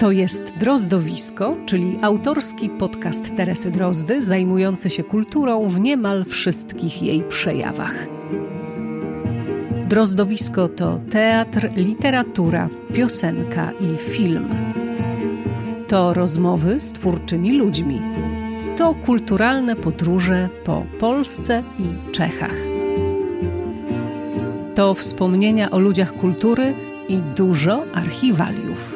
To jest Drozdowisko, czyli autorski podcast Teresy Drozdy, zajmujący się kulturą w niemal wszystkich jej przejawach. Drozdowisko to teatr, literatura, piosenka i film. To rozmowy z twórczymi ludźmi. To kulturalne podróże po Polsce i Czechach. To wspomnienia o ludziach kultury i dużo archiwaliów.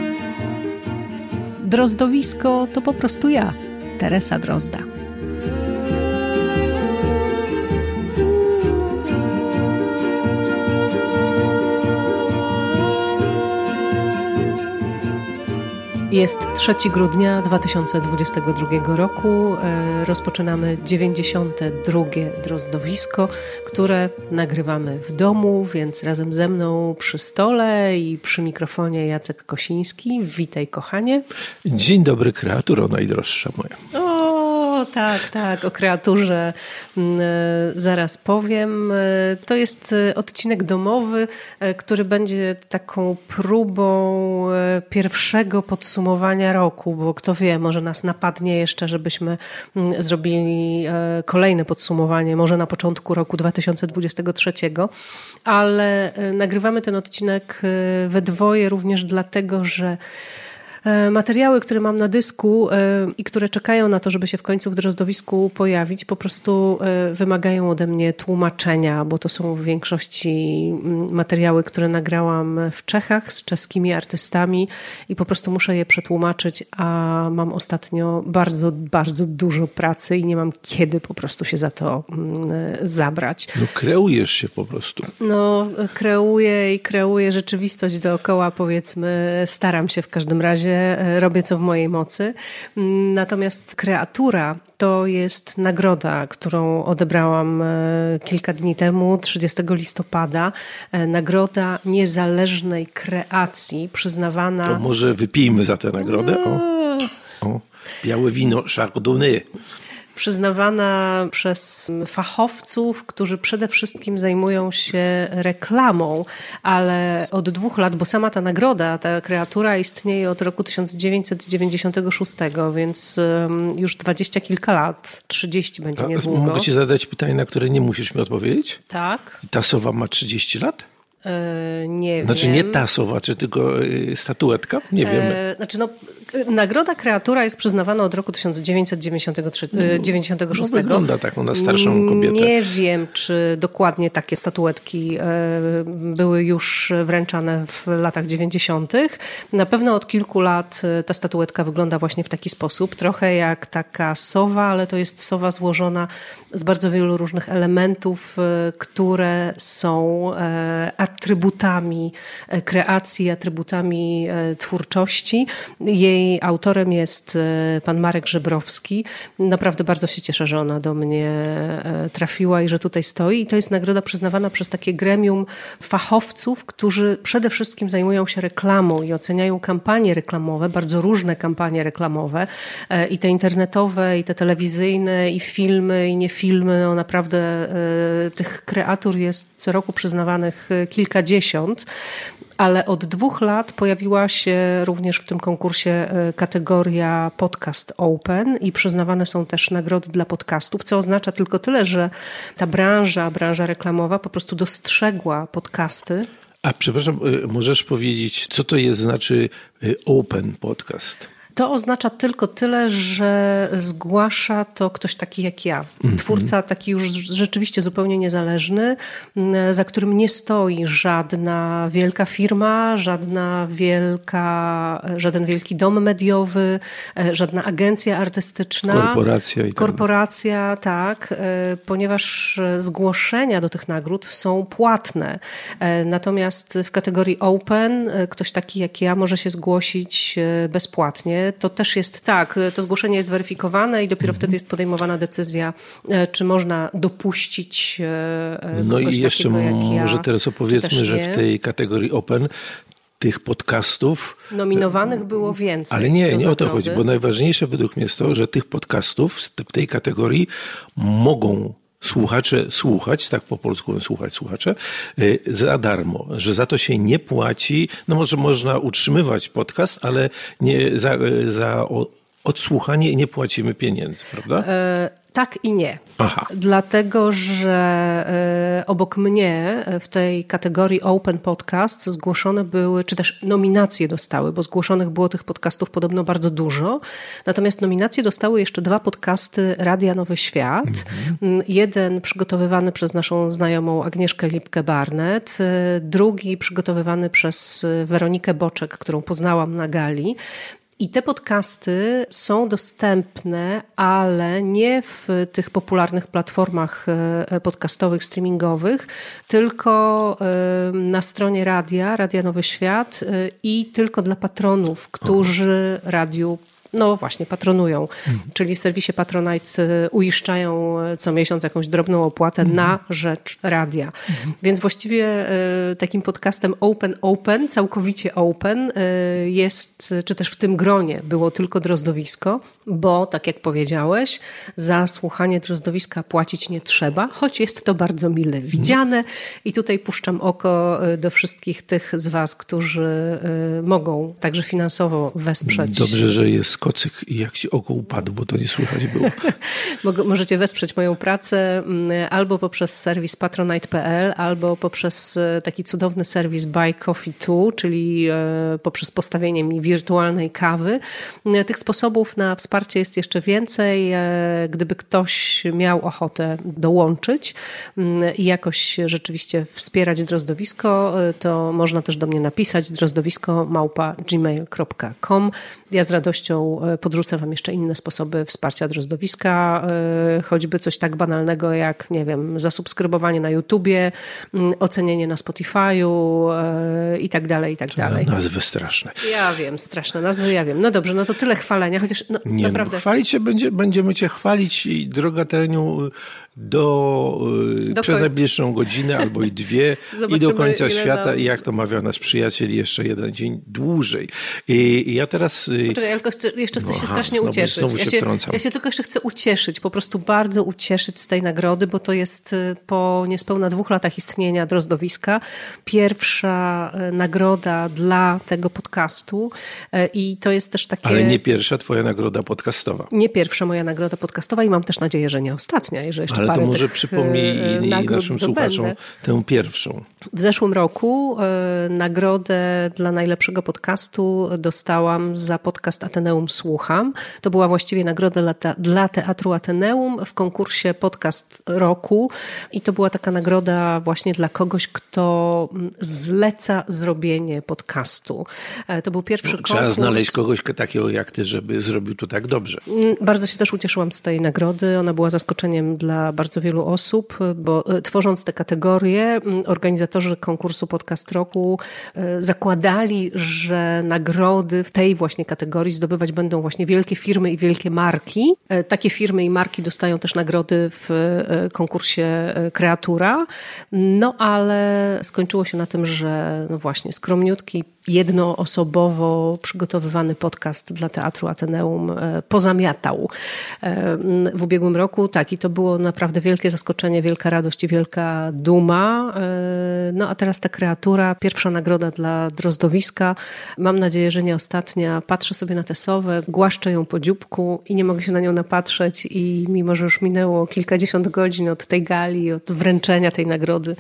Drozdowisko to po prostu ja, Teresa Drozda. Jest 3 grudnia 2022 roku. Rozpoczynamy 92. Drozdowisko, które nagrywamy w domu, więc razem ze mną przy stole i przy mikrofonie Jacek Kosiński. Witaj, kochanie. Dzień dobry, kreaturo najdroższa moja. O, tak, o kreaturze zaraz powiem. To jest odcinek domowy, który będzie taką próbą pierwszego podsumowania roku, bo kto wie, może nas napadnie jeszcze, żebyśmy zrobili kolejne podsumowanie, może na początku roku 2023, ale nagrywamy ten odcinek we dwoje również dlatego, że materiały, które mam na dysku i które czekają na to, żeby się w końcu w Drozdowisku pojawić, po prostu wymagają ode mnie tłumaczenia, bo to są w większości materiały, które nagrałam w Czechach z czeskimi artystami i po prostu muszę je przetłumaczyć, a mam ostatnio bardzo, bardzo dużo pracy i nie mam kiedy po prostu się za to zabrać. No kreujesz się po prostu. No kreuję rzeczywistość dookoła, powiedzmy, staram się w każdym razie, robię co w mojej mocy. Natomiast kreatura to jest nagroda, którą odebrałam kilka dni temu, 30 listopada. Nagroda niezależnej kreacji przyznawana... To może wypijmy za tę nagrodę. O, białe wino Chardonnay. Przyznawana przez fachowców, którzy przede wszystkim zajmują się reklamą, ale od 2 lat, bo sama ta nagroda, ta kreatura istnieje od roku 1996, więc już 20 kilka lat, 30 będzie niedługo. Mogę ci zadać pytanie, na które nie musisz mi odpowiedzieć? Tak. Ta sowa ma 30 lat? Nie znaczy wiem. Nie ta sowa, czy tylko statuetka? Nie wiemy. Nagroda Kreatura jest przyznawana od roku 1996. Wygląda taką na starszą kobietę. Nie wiem, czy dokładnie takie statuetki były już wręczane w latach 90. Na pewno od kilku lat ta statuetka wygląda właśnie w taki sposób. Trochę jak taka sowa, ale to jest sowa złożona z bardzo wielu różnych elementów, które są atrybutami kreacji, atrybutami twórczości. Jej autorem jest pan Marek Żebrowski. Naprawdę bardzo się cieszę, że ona do mnie trafiła i że tutaj stoi. I to jest nagroda przyznawana przez takie gremium fachowców, którzy przede wszystkim zajmują się reklamą i oceniają kampanie reklamowe, bardzo różne kampanie reklamowe, i te internetowe, i te telewizyjne, i filmy, i nie filmy. No naprawdę tych kreatur jest co roku przyznawanych kilkadziesiąt. Ale od 2 lat pojawiła się również w tym konkursie kategoria Podcast Open i przyznawane są też nagrody dla podcastów, co oznacza tylko tyle, że ta branża reklamowa po prostu dostrzegła podcasty. A przepraszam, możesz powiedzieć, co to jest, znaczy Open Podcast? To oznacza tylko tyle, że zgłasza to ktoś taki jak ja. Twórca taki już rzeczywiście zupełnie niezależny, za którym nie stoi żadna wielka firma, żaden wielki dom mediowy, żadna agencja artystyczna. Korporacja, tak, ponieważ zgłoszenia do tych nagród są płatne. Natomiast w kategorii Open ktoś taki jak ja może się zgłosić bezpłatnie. To też jest tak, to zgłoszenie jest weryfikowane i dopiero wtedy jest podejmowana decyzja, czy można dopuścić no kogoś i jeszcze takiego jak ja. Może teraz opowiedzmy, że w tej kategorii Open tych podcastów... Nominowanych było więcej. Ale nie o to chodzi, bo najważniejsze według mnie jest to, że tych podcastów w tej kategorii mogą słuchacze słuchać, tak po polsku słuchać słuchacze, za darmo, że za to się nie płaci. No może można utrzymywać podcast, ale nie za odsłuchanie nie płacimy pieniędzy, prawda? Tak i nie. Aha. Dlatego, że obok mnie w tej kategorii Open Podcast zgłoszone były, czy też nominacje dostały, bo zgłoszonych było tych podcastów podobno bardzo dużo. Natomiast nominacje dostały jeszcze 2 podcasty Radia Nowy Świat. Jeden przygotowywany przez naszą znajomą Agnieszkę Lipkę-Barnett, drugi przygotowywany przez Weronikę Boczek, którą poznałam na gali. I te podcasty są dostępne, ale nie w tych popularnych platformach podcastowych, streamingowych, tylko na stronie Radia Nowy Świat i tylko dla patronów, którzy radiu właśnie patronują. Czyli w serwisie Patronite uiszczają co miesiąc jakąś drobną opłatę na rzecz radia. Więc właściwie takim podcastem open, całkowicie open jest, czy też w tym gronie było tylko Drozdowisko, bo tak jak powiedziałeś, za słuchanie Drozdowiska płacić nie trzeba, choć jest to bardzo mile widziane i tutaj puszczam oko do wszystkich tych z was, którzy mogą także finansowo wesprzeć. Dobrze, że jest kocyk i jak ci oko upadło, bo to nie słychać było. Możecie wesprzeć moją pracę albo poprzez serwis patronite.pl, albo poprzez taki cudowny serwis Buy Coffee Too, czyli poprzez postawienie mi wirtualnej kawy. Tych sposobów na wsparcie jest jeszcze więcej. Gdyby ktoś miał ochotę dołączyć i jakoś rzeczywiście wspierać Drozdowisko, to można też do mnie napisać drozdowisko@gmail.com. Ja z radością podrzucę wam jeszcze inne sposoby wsparcia Drozdowiska, choćby coś tak banalnego jak, nie wiem, zasubskrybowanie na YouTubie, ocenienie na Spotify'u i tak dalej, i tak dalej. Nazwy straszne. Ja wiem, straszne nazwy, ja wiem. No dobrze, no to tyle chwalenia, chociaż naprawdę... Chwalić się będziemy cię chwalić i droga Tereniu przez najbliższą godzinę albo i 2 i do końca świata i jak to mawiał nasz przyjaciel, jeszcze 1 dzień dłużej. I ja teraz... Poczekaj, ja jeszcze chcę się strasznie ucieszyć. Ja się tylko jeszcze chcę ucieszyć, po prostu bardzo ucieszyć z tej nagrody, bo to jest po niespełna 2 latach istnienia Drozdowiska pierwsza nagroda dla tego podcastu i to jest też takie... Ale nie pierwsza twoja nagroda podcastowa. Nie pierwsza moja nagroda podcastowa i mam też nadzieję, że nie ostatnia i że jeszcze ale to może przypomnij i naszym słuchaczom tę pierwszą. W zeszłym roku nagrodę dla najlepszego podcastu dostałam za podcast Ateneum Słucham. To była właściwie nagroda dla Teatru Ateneum w konkursie Podcast Roku i to była taka nagroda właśnie dla kogoś, kto zleca zrobienie podcastu. To był pierwszy konkurs. Trzeba znaleźć kogoś takiego jak ty, żeby zrobił to tak dobrze. Bardzo się też ucieszyłam z tej nagrody. Ona była zaskoczeniem dla bardzo wielu osób, bo tworząc te kategorie, organizatorzy konkursu Podcast Roku zakładali, że nagrody w tej właśnie kategorii zdobywać będą właśnie wielkie firmy i wielkie marki. Takie firmy i marki dostają też nagrody w konkursie Kreatura, no ale skończyło się na tym, że no właśnie skromniutki, jednoosobowo przygotowywany podcast dla Teatru Ateneum pozamiatał w ubiegłym roku. Tak, i to było naprawdę wielkie zaskoczenie, wielka radość i wielka duma. No a teraz ta Kreatura, pierwsza nagroda dla Drozdowiska. Mam nadzieję, że nie ostatnia. Patrzę sobie na tę sowę, głaszczę ją po dzióbku i nie mogę się na nią napatrzeć i mimo, że już minęło kilkadziesiąt godzin od tej gali, od wręczenia tej nagrody,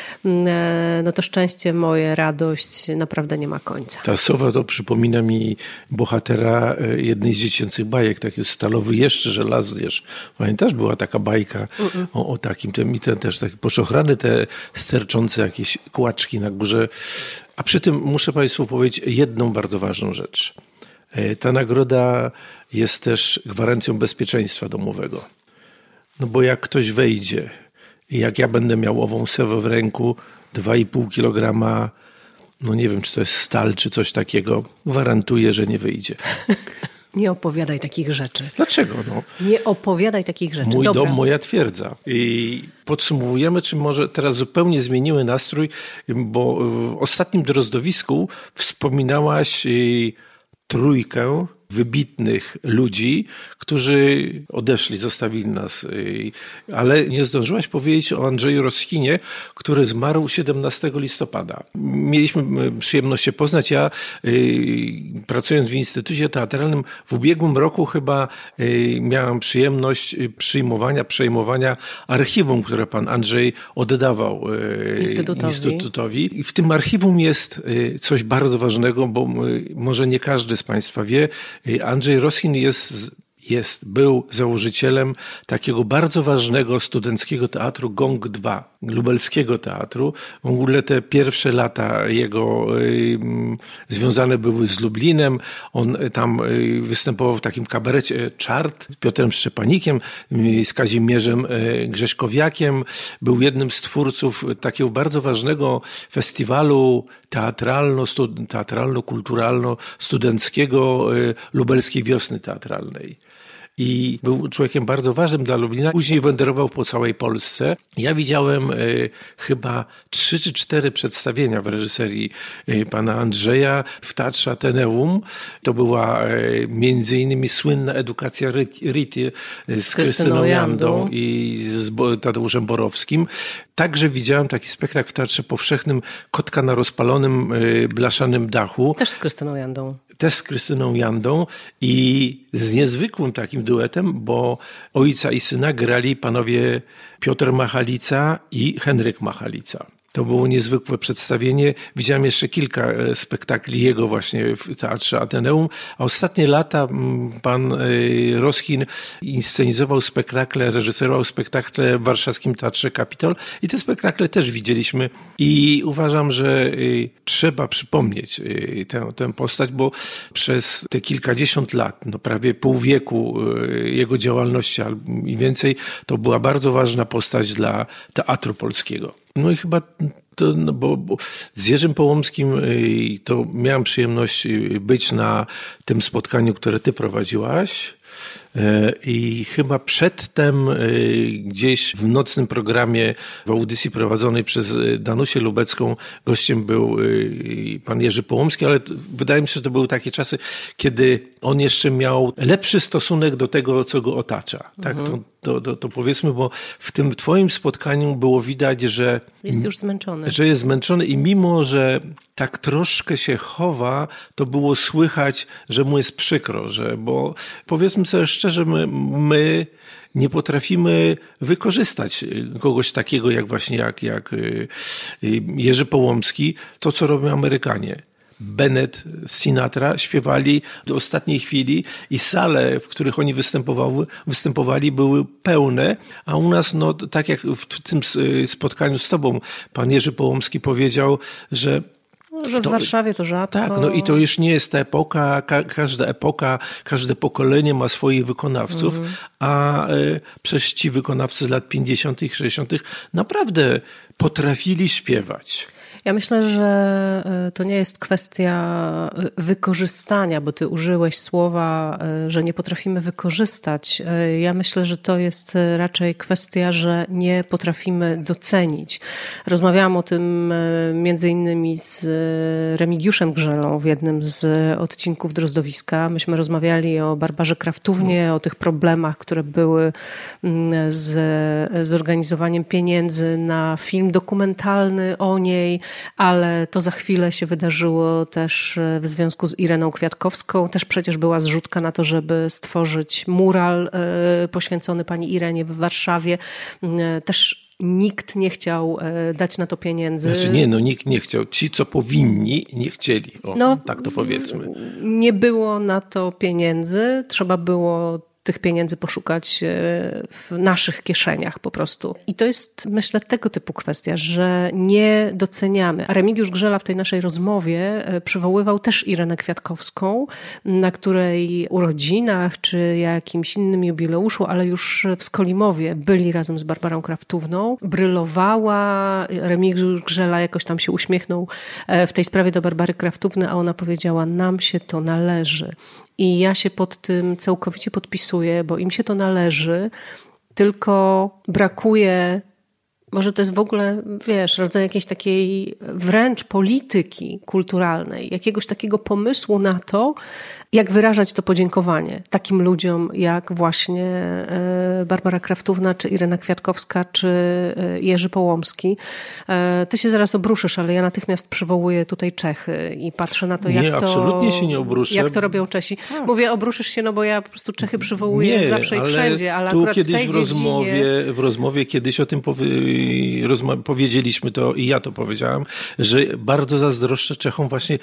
no to szczęście moje, radość naprawdę nie ma końca. Ta sowa to przypomina mi bohatera jednej z dziecięcych bajek, taki stalowy jeszcze żelazny. Pamiętasz? Była taka bajka o takim, ten też taki poszochrany, te sterczące jakieś kłaczki na górze. A przy tym muszę Państwu powiedzieć jedną bardzo ważną rzecz. Ta nagroda jest też gwarancją bezpieczeństwa domowego. No bo jak ktoś wejdzie i jak ja będę miał ową sowę w ręku, 2,5 kilograma, no nie wiem, czy to jest stal, czy coś takiego, gwarantuję, że nie wyjdzie. Nie opowiadaj takich rzeczy. Dlaczego? No? Nie opowiadaj takich rzeczy. Mój Dobra. dom, moja twierdza. I podsumowujemy, czy może teraz zupełnie zmieniły nastrój, bo w ostatnim Drozdowisku wspominałaś trójkę wybitnych ludzi, którzy odeszli, zostawili nas. Ale nie zdążyłaś powiedzieć o Andrzeju Roskinie, który zmarł 17 listopada. Mieliśmy przyjemność się poznać. Ja pracując w Instytucie Teatralnym w ubiegłym roku chyba miałem przyjemność przejmowania archiwum, które pan Andrzej oddawał Instytutowi. I w tym archiwum jest coś bardzo ważnego, bo może nie każdy z państwa wie. Andrzej Roskin był założycielem takiego bardzo ważnego studenckiego teatru Gong 2, lubelskiego teatru. W ogóle te pierwsze lata jego związane były z Lublinem. On tam występował w takim kabarecie Czart z Piotrem Szczepanikiem, z Kazimierzem Grześkowiakiem. Był jednym z twórców takiego bardzo ważnego festiwalu teatralno-kulturalno-studenckiego Lubelskiej Wiosny Teatralnej. I był człowiekiem bardzo ważnym dla Lublina. Później wędrował po całej Polsce. Ja widziałem chyba 3 czy 4 przedstawienia w reżyserii pana Andrzeja w Teatrze Ateneum. To była między innymi słynna edukacja Rity z Krystyną Jandą i z Tadeuszem Borowskim. Także widziałem taki spektakl w Teatrze Powszechnym Kotka na rozpalonym blaszanym dachu. Też z Krystyną Jandą i z niezwykłym takim duetem, bo ojca i syna grali panowie Piotr Machalica i Henryk Machalica. To było niezwykłe przedstawienie. Widziałem jeszcze kilka spektakli jego właśnie w Teatrze Ateneum, a ostatnie lata pan Roskin inscenizował spektakle, reżyserował spektakle w warszawskim Teatrze Kapitol i te spektakle też widzieliśmy i uważam, że trzeba przypomnieć tę postać, bo przez te kilkadziesiąt lat, prawie pół wieku jego działalności i więcej, to była bardzo ważna postać dla teatru polskiego. No i chyba to, bo z Jerzym Połomskim to miałem przyjemność być na tym spotkaniu, które ty prowadziłaś. I chyba przedtem gdzieś w nocnym programie w audycji prowadzonej przez Danusię Lubecką gościem był pan Jerzy Połomski, ale wydaje mi się, że to były takie czasy, kiedy on jeszcze miał lepszy stosunek do tego, co go otacza. Tak, to powiedzmy, bo w tym twoim spotkaniu było widać, że jest już zmęczony. Że jest zmęczony i mimo, że tak troszkę się chowa, to było słychać, że mu jest przykro, bo powiedzmy sobie szczerze, my nie potrafimy wykorzystać kogoś takiego jak Jerzy Połomski, to co robią Amerykanie. Bennett, Sinatra śpiewali do ostatniej chwili i sale, w których oni występowali, były pełne, a u nas, tak jak w tym spotkaniu z tobą, pan Jerzy Połomski powiedział, że w Warszawie to rzadko. Tak, i to już nie jest ta epoka, każde pokolenie ma swoich wykonawców, a przecież ci wykonawcy z lat 50., 60. naprawdę potrafili śpiewać. Ja myślę, że to nie jest kwestia wykorzystania, bo ty użyłeś słowa, że nie potrafimy wykorzystać. Ja myślę, że to jest raczej kwestia, że nie potrafimy docenić. Rozmawiałam o tym między innymi z Remigiuszem Grzelą w jednym z odcinków Drozdowiska. Myśmy rozmawiali o Barbarze Kraftównie, o tych problemach, które były z organizowaniem pieniędzy na film dokumentalny o niej, ale to za chwilę się wydarzyło też w związku z Ireną Kwiatkowską. Też przecież była zrzutka na to, żeby stworzyć mural poświęcony pani Irenie w Warszawie. Też nikt nie chciał dać na to pieniędzy. Nikt nie chciał. Ci, co powinni, nie chcieli. Tak to powiedzmy. Nie było na to pieniędzy. Trzeba było tych pieniędzy poszukać w naszych kieszeniach po prostu. I to jest, myślę, tego typu kwestia, że nie doceniamy. A Remigiusz Grzela w tej naszej rozmowie przywoływał też Irenę Kwiatkowską, na której urodzinach czy jakimś innym jubileuszu, ale już w Skolimowie byli razem z Barbarą Kraftówną. Brylowała, Remigiusz Grzela jakoś tam się uśmiechnął w tej sprawie do Barbary Kraftówny, a ona powiedziała, nam się to należy. I ja się pod tym całkowicie podpisuję, bo im się to należy, tylko brakuje Może to jest w ogóle, wiesz, rodzaj jakiejś takiej wręcz polityki kulturalnej, jakiegoś takiego pomysłu na to, jak wyrażać to podziękowanie takim ludziom jak właśnie Barbara Kraftówna, czy Irena Kwiatkowska, czy Jerzy Połomski. Ty się zaraz obruszysz, ale ja natychmiast przywołuję tutaj Czechy i patrzę na to, absolutnie się nie obruszę. Jak to robią Czesi. Mówię, obruszysz się, no bo ja po prostu Czechy przywołuję zawsze i wszędzie, ale tu akurat kiedyś w tej w rozmowie kiedyś o tym powiedzieliśmy to i ja to powiedziałam, że bardzo zazdroszczę Czechom właśnie,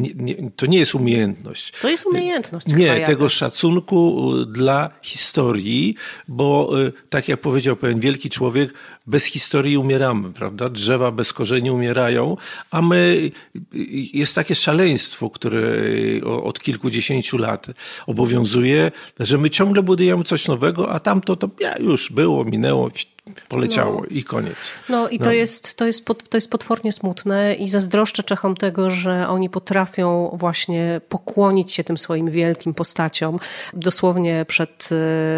to nie jest umiejętność. To jest umiejętność. Nie, tego szacunku dla historii, bo tak jak powiedział pewien wielki człowiek, bez historii umieramy, prawda? Drzewa bez korzeni umierają, a my, jest takie szaleństwo, które od kilkudziesięciu lat obowiązuje, że my ciągle budujemy coś nowego, a tamto to już było, minęło, poleciało i koniec. No i to jest potwornie smutne i zazdroszczę Czechom tego, że oni potrafią właśnie pokłonić się tym swoim wielkim postaciom. Dosłownie przed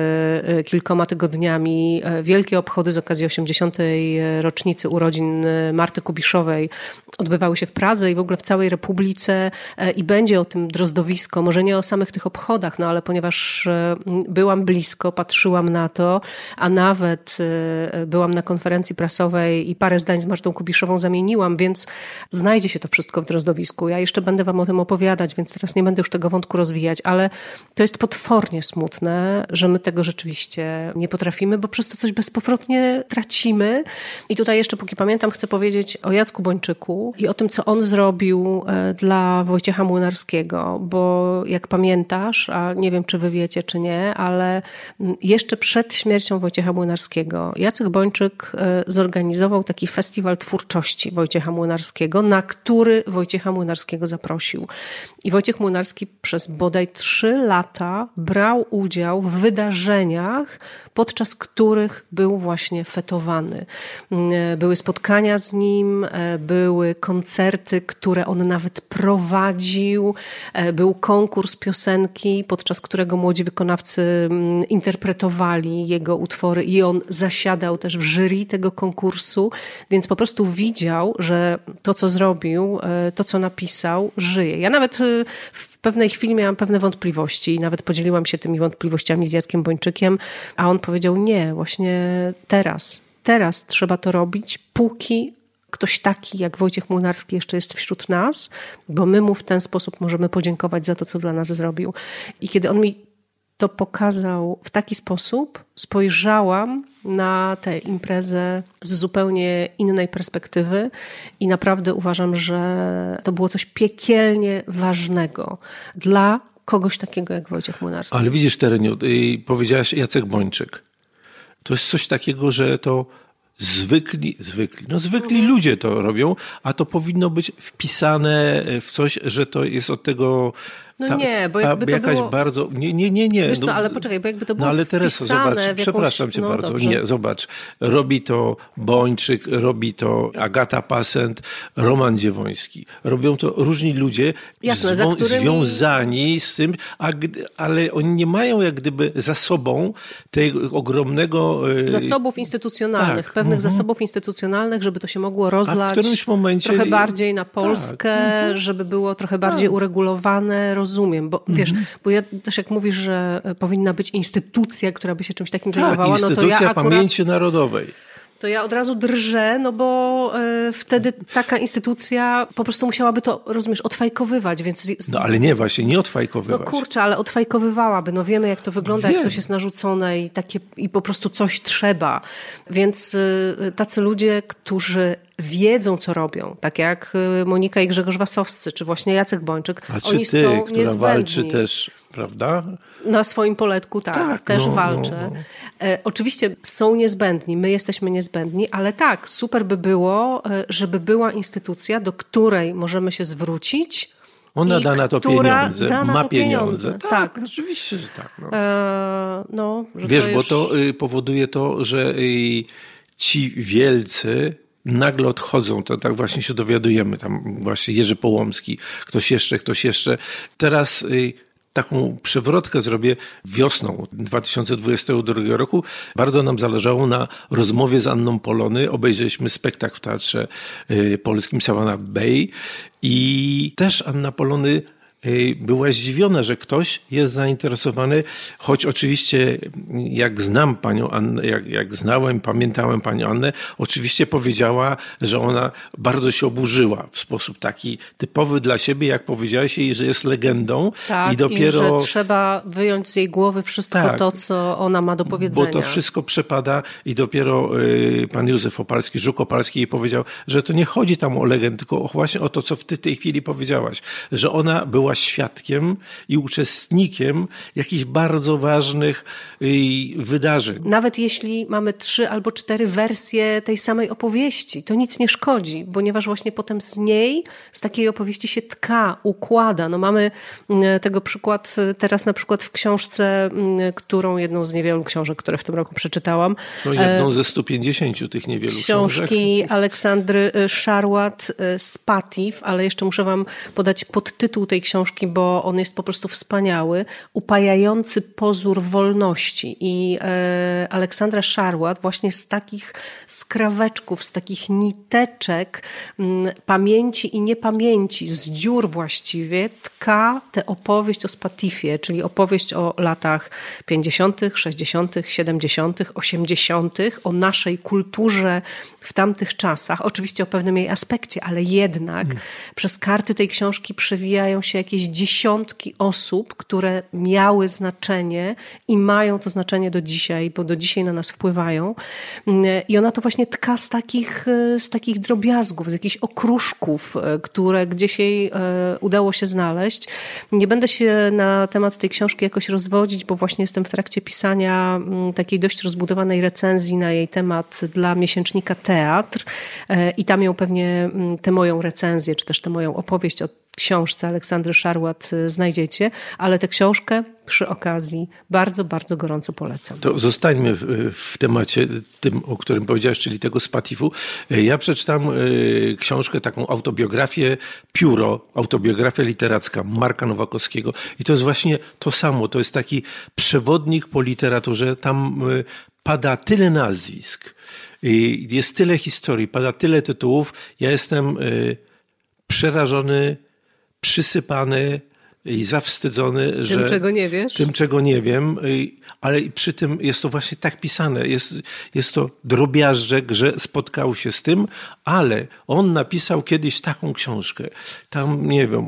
kilkoma tygodniami wielkie obchody z okazji 80. rocznicy urodzin Marty Kubiszowej odbywały się w Pradze i w ogóle w całej Republice i będzie o tym drozdowisko, może nie o samych tych obchodach, no ale ponieważ byłam blisko, patrzyłam na to, a nawet byłam na konferencji prasowej i parę zdań z Martą Kubiszową zamieniłam, więc znajdzie się to wszystko w drozdowisku. Ja jeszcze będę wam o tym opowiadać, więc teraz nie będę już tego wątku rozwijać, ale to jest potwornie smutne, że my tego rzeczywiście nie potrafimy, bo przez to coś bezpowrotnie tracimy. I tutaj jeszcze, póki pamiętam, chcę powiedzieć o Jacku Bończyku i o tym, co on zrobił dla Wojciecha Młynarskiego, bo jak pamiętasz, a nie wiem, czy wy wiecie, czy nie, ale jeszcze przed śmiercią Wojciecha Młynarskiego Jacek Bończyk zorganizował taki festiwal twórczości Wojciecha Młynarskiego, na który Wojciecha Młynarskiego zaprosił. I Wojciech Młynarski przez bodaj 3 lata brał udział w wydarzeniach, podczas których był właśnie fetowany. Były spotkania z nim, były koncerty, które on nawet prowadził, był konkurs piosenki, podczas którego młodzi wykonawcy interpretowali jego utwory i on zasiadał też w jury tego konkursu, więc po prostu widział, że to, co zrobił, to, co napisał, żyje. Ja nawet w pewnej chwili miałam pewne wątpliwości i nawet podzieliłam się tymi wątpliwościami z Jackiem Bończykiem, a on powiedział, nie, właśnie teraz trzeba to robić, póki ktoś taki jak Wojciech Młynarski jeszcze jest wśród nas, bo my mu w ten sposób możemy podziękować za to, co dla nas zrobił. I kiedy on mi to pokazał w taki sposób, spojrzałam na tę imprezę z zupełnie innej perspektywy i naprawdę uważam, że to było coś piekielnie ważnego dla kogoś takiego jak Wojciech Młynarski. Ale widzisz, Tereniu, powiedziałaś Jacek Bończyk. To jest coś takiego, że to zwykli ludzie to robią, a to powinno być wpisane w coś, że to jest od tego... nie, bo jakby to jakaś było... bardzo... Nie. Wiesz co, ale poczekaj, bo jakby to było ale Tereso, zobacz, przepraszam cię bardzo. Dobrze. Nie, zobacz. Robi to Bończyk, robi to Agata Passent, Roman Dziewoński. Robią to różni ludzie. Jasne, związani z tym, ale oni nie mają jak gdyby za sobą tego ogromnego... zasobów instytucjonalnych, pewnych zasobów instytucjonalnych, żeby to się mogło rozlać w którymś momencie... trochę bardziej na Polskę, żeby było trochę bardziej uregulowane, rozumiem, bo wiesz, bo ja też jak mówisz, że powinna być instytucja, która by się czymś takim zajmowała, no to ja akurat... Pamięci Narodowej. To ja od razu drżę, no bo wtedy taka instytucja po prostu musiałaby to, rozumiesz, odfajkowywać, więc... No ale nie, właśnie nie odfajkowywać. No kurczę, ale odfajkowywałaby, no wiemy jak to wygląda, jak coś jest narzucone i po prostu coś trzeba. Więc tacy ludzie, którzy wiedzą, co robią, tak jak Monika i Grzegorz Wasowscy, czy właśnie Jacek Bończyk, oni są która niezbędni. Walczy też, prawda? Na swoim poletku, tak też walczę. Oczywiście są niezbędni, my jesteśmy niezbędni, ale tak, super by było, żeby była instytucja, do której możemy się zwrócić. Ona da na to pieniądze, ma pieniądze. Tak, oczywiście, że tak. Że wiesz, to bo to powoduje to, że ci wielcy nagle odchodzą, to tak właśnie się dowiadujemy, tam właśnie Jerzy Połomski, ktoś jeszcze. Teraz taką przewrotkę zrobię wiosną 2022 roku. Bardzo nam zależało na rozmowie z Anną Polony. Obejrzeliśmy spektakl w Teatrze Polskim Savannah Bay i też Anna Polony była zdziwiona, że ktoś jest zainteresowany, choć oczywiście jak znam panią Annę, jak znałem, pamiętałem panią Annę, oczywiście powiedziała, że ona bardzo się oburzyła w sposób taki typowy dla siebie, jak powiedziałaś jej, że jest legendą. Tak, i dopiero i że trzeba wyjąć z jej głowy wszystko to, co ona ma do powiedzenia. Bo to wszystko przepada i dopiero pan Józef Opalski, Żuk Opalski jej powiedział, że to nie chodzi tam o legendę, tylko właśnie o to, co ty w tej chwili powiedziałaś, że ona była świadkiem i uczestnikiem jakichś bardzo ważnych wydarzeń. Nawet jeśli mamy 3 albo 4 wersje tej samej opowieści, to nic nie szkodzi, ponieważ właśnie potem z takiej opowieści się układa. No mamy tego przykład teraz na przykład w książce, jedną z niewielu książek, które w tym roku przeczytałam. No jedną ze 150 tych niewielu książek. Książki Aleksandry Szarłat Spatif, ale jeszcze muszę wam podać podtytuł tej książki, bo on jest po prostu wspaniały. Upajający pozór wolności. I Aleksandra Szarłat właśnie z takich skraweczków, z takich niteczek pamięci i niepamięci, z dziur właściwie, tka tę opowieść o Spatifie, czyli opowieść o latach 50., 60., 70., 80., o naszej kulturze w tamtych czasach. Oczywiście o pewnym jej aspekcie, ale jednak przez karty tej książki przewijają się jakieś dziesiątki osób, które miały znaczenie i mają to znaczenie do dzisiaj, bo do dzisiaj na nas wpływają. I ona to właśnie tka z takich drobiazgów, z jakichś okruszków, które gdzieś jej udało się znaleźć. Nie będę się na temat tej książki jakoś rozwodzić, bo właśnie jestem w trakcie pisania takiej dość rozbudowanej recenzji na jej temat dla miesięcznika Teatr i tam ją pewnie tę moją recenzję, czy też tę moją opowieść o książce Aleksandry Szarłat znajdziecie, ale tę książkę przy okazji bardzo, bardzo gorąco polecam. To zostańmy w temacie tym, o którym powiedziałeś, czyli tego Spatifu. Ja przeczytam książkę, taką autobiografię Pióro, autobiografia literacka Marka Nowakowskiego i to jest właśnie to samo, to jest taki przewodnik po literaturze, tam pada tyle nazwisk, jest tyle historii, pada tyle tytułów, ja jestem przerażony, przysypany i zawstydzony, że... Tym, czego nie wiesz? Tym, czego nie wiem, ale przy tym jest to właśnie tak pisane. Jest to drobiażdżek, że spotkał się z tym, ale on napisał kiedyś taką książkę. Tam, nie wiem,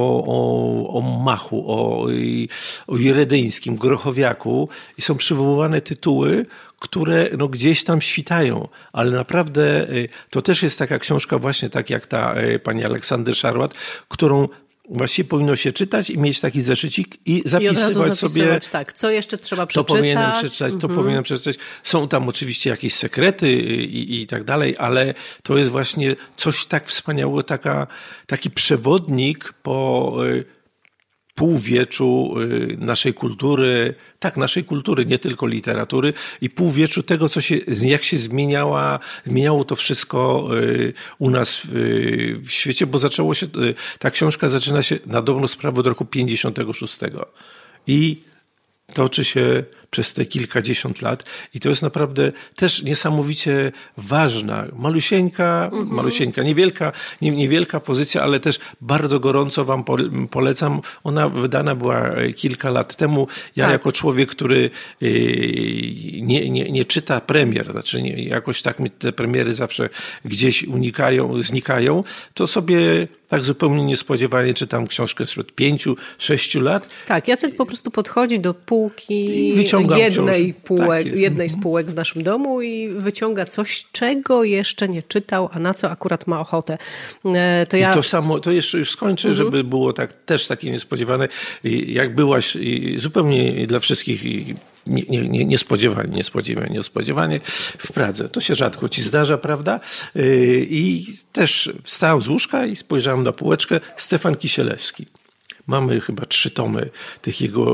o Machu, o Jeredyńskim, Grochowiaku i są przywoływane tytuły, które no gdzieś tam świtają, ale naprawdę to też jest taka książka właśnie tak jak ta pani Aleksandry Szarłat, którą właściwie powinno się czytać i mieć taki zeszycik i zapisywać sobie. Tak, co jeszcze trzeba przeczytać. To powinienem przeczytać, to powinienem przeczytać. Są tam oczywiście jakieś sekrety i tak dalej, ale to jest właśnie coś tak wspaniałego, taki przewodnik po półwieczu naszej kultury, naszej kultury, nie tylko literatury i półwieczu tego, jak się zmieniało to wszystko u nas w świecie, bo ta książka zaczyna się na dobrą sprawę od roku 56 i toczy się przez te kilkadziesiąt lat i to jest naprawdę też niesamowicie ważna, malusieńka, niewielka pozycja, ale też bardzo gorąco wam polecam. Ona wydana była kilka lat temu. Ja jako człowiek, który nie czyta premier, znaczy jakoś tak mi te premiery zawsze gdzieś znikają, to sobie tak zupełnie niespodziewanie czytam książkę sprzed 5-6 lat. Tak, Jacek po prostu podchodzi do półki jednej z półek w naszym domu i wyciąga coś, czego jeszcze nie czytał, a na co akurat ma ochotę. I to samo, to jeszcze już skończę, żeby było też takie niespodziewane, jak byłaś zupełnie dla wszystkich niespodziewanie w Pradze. To się rzadko ci zdarza, prawda? I też wstałem z łóżka i spojrzałem na półeczkę. Stefan Kisielewski. Mamy chyba 3 tomy tych jego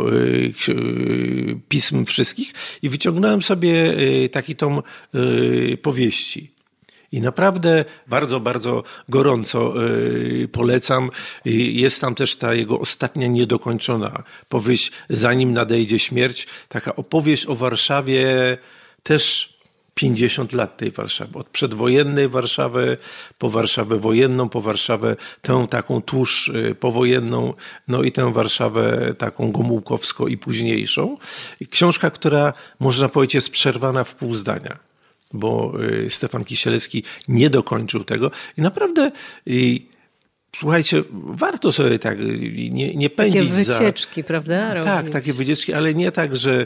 pism wszystkich i wyciągnąłem sobie taki tom powieści. I naprawdę bardzo, bardzo gorąco polecam. Jest tam też ta jego ostatnia niedokończona powieść Zanim nadejdzie śmierć. Taka opowieść o Warszawie też 50 lat tej Warszawy. Od przedwojennej Warszawy, po Warszawę wojenną, po Warszawę tę taką tuż powojenną, no i tę Warszawę taką gomułkowską i późniejszą. Książka, która można powiedzieć jest przerwana w pół zdania, bo Stefan Kisielewski nie dokończył tego i naprawdę... Słuchajcie, warto sobie tak nie pędzić takie wycieczki, prawda? Tak, robić. Takie wycieczki, ale nie tak, że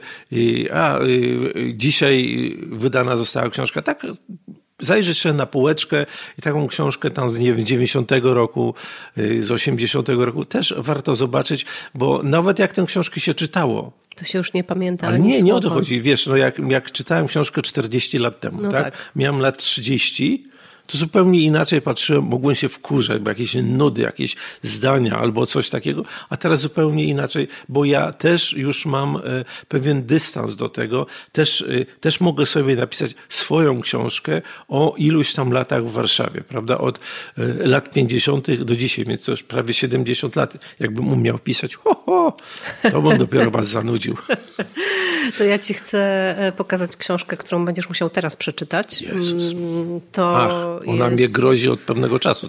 dzisiaj wydana została książka. Tak, zajrzeć się na półeczkę i taką książkę tam z 90 roku, z 80 roku też warto zobaczyć, bo nawet jak tę książkę się czytało, to się już nie pamięta. Ale nie o to chodzi. Wiesz, no jak czytałem książkę 40 lat temu, no tak? Miałem lat 30, to zupełnie inaczej patrzyłem, mogłem się wkurzać, bo jakieś nudy, jakieś zdania albo coś takiego, a teraz zupełnie inaczej, bo ja też już mam pewien dystans do tego, też mogę sobie napisać swoją książkę o iluś tam latach w Warszawie, prawda, od lat 50. do dzisiaj, więc to już prawie 70 lat, jakbym umiał pisać, to bym dopiero was zanudził. To ja ci chcę pokazać książkę, którą będziesz musiał teraz przeczytać. Jezus. To ona mnie grozi od pewnego czasu.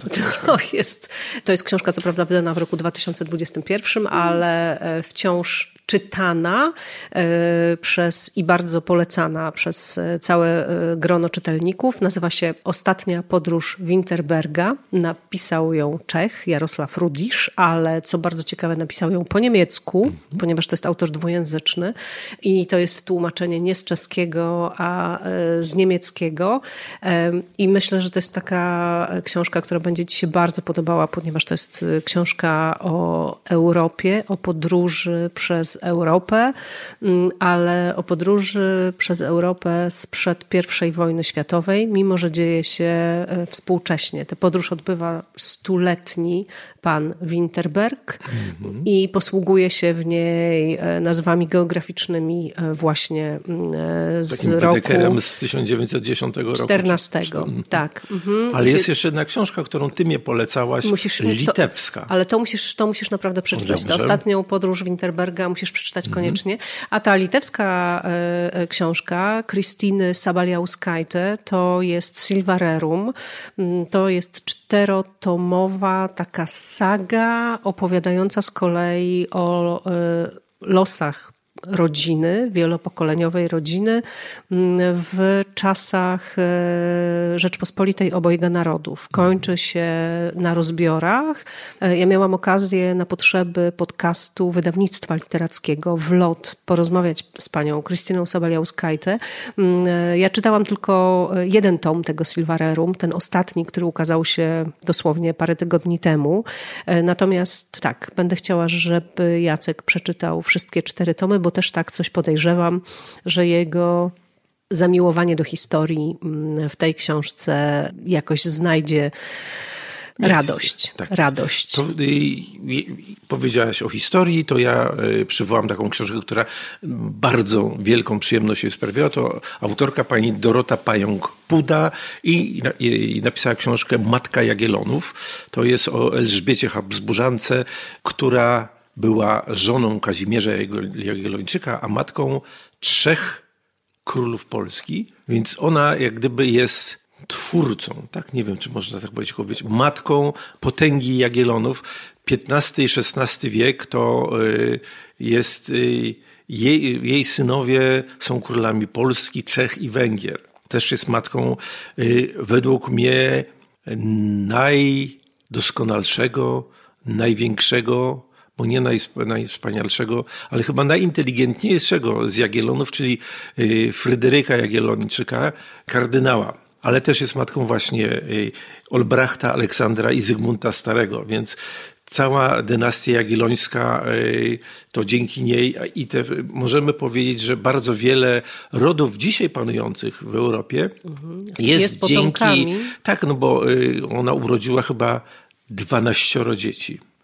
To jest książka, co prawda wydana w roku 2021, ale wciąż czytana i bardzo polecana przez całe grono czytelników. Nazywa się Ostatnia podróż Winterberga. Napisał ją Czech, Jarosław Rudisz, ale co bardzo ciekawe, napisał ją po niemiecku, ponieważ to jest autor dwujęzyczny i to jest tłumaczenie nie z czeskiego, a z niemieckiego. I myślę, że to jest taka książka, która będzie ci się bardzo podobała, ponieważ to jest książka o Europie, o podróży przez Europę, ale o podróży przez Europę sprzed I wojny światowej, mimo że dzieje się współcześnie. Tę podróż odbywa 100-letni pan Winterberg i posługuje się w niej nazwami geograficznymi właśnie z roku... Takim z 1910 roku. 14, tak. Ale jest jeszcze jedna książka, którą ty mnie polecałaś, litewska. Ale to musisz naprawdę przeczytać. Tę ostatnią podróż Winterberga musisz przeczytać koniecznie. A ta litewska książka Krystyny Sabaliauskaite to jest Silvarerum. To jest 4-tomowa taka saga opowiadająca z kolei o losach rodziny, wielopokoleniowej rodziny w czasach Rzeczpospolitej obojga narodów. Kończy się na rozbiorach. Ja miałam okazję na potrzeby podcastu wydawnictwa literackiego WLOT porozmawiać z panią Krystyną Sabaliauskaite. Ja czytałam tylko jeden tom tego Silvarerum, ten ostatni, który ukazał się dosłownie parę tygodni temu. Natomiast tak, będę chciała, żeby Jacek przeczytał wszystkie 4 tomy, bo też tak coś podejrzewam, że jego zamiłowanie do historii w tej książce jakoś znajdzie radość. Tak radość. To, powiedziałaś o historii, to ja przywołam taką książkę, która bardzo wielką przyjemność jej sprawiła. To autorka pani Dorota Pająk-Puda i napisała książkę Matka Jagiellonów. To jest o Elżbiecie Habsburzance, która była żoną Kazimierza Jagiellończyka, a matką 3 królów Polski, więc ona jak gdyby jest twórcą, tak? Nie wiem, czy można tak powiedzieć, matką potęgi Jagiellonów. XV i XVI wiek to jest, jej synowie są królami Polski, Czech i Węgier. Też jest matką według mnie najdoskonalszego, największego, bo nie najwspanialszego, ale chyba najinteligentniejszego z Jagiellonów, czyli Fryderyka Jagiellończyka, kardynała. Ale też jest matką właśnie Olbrachta, Aleksandra i Zygmunta Starego, więc cała dynastia jagiellońska to dzięki niej możemy powiedzieć, że bardzo wiele rodów dzisiaj panujących w Europie jest dzięki... Tak, no bo ona urodziła chyba 12 dzieci.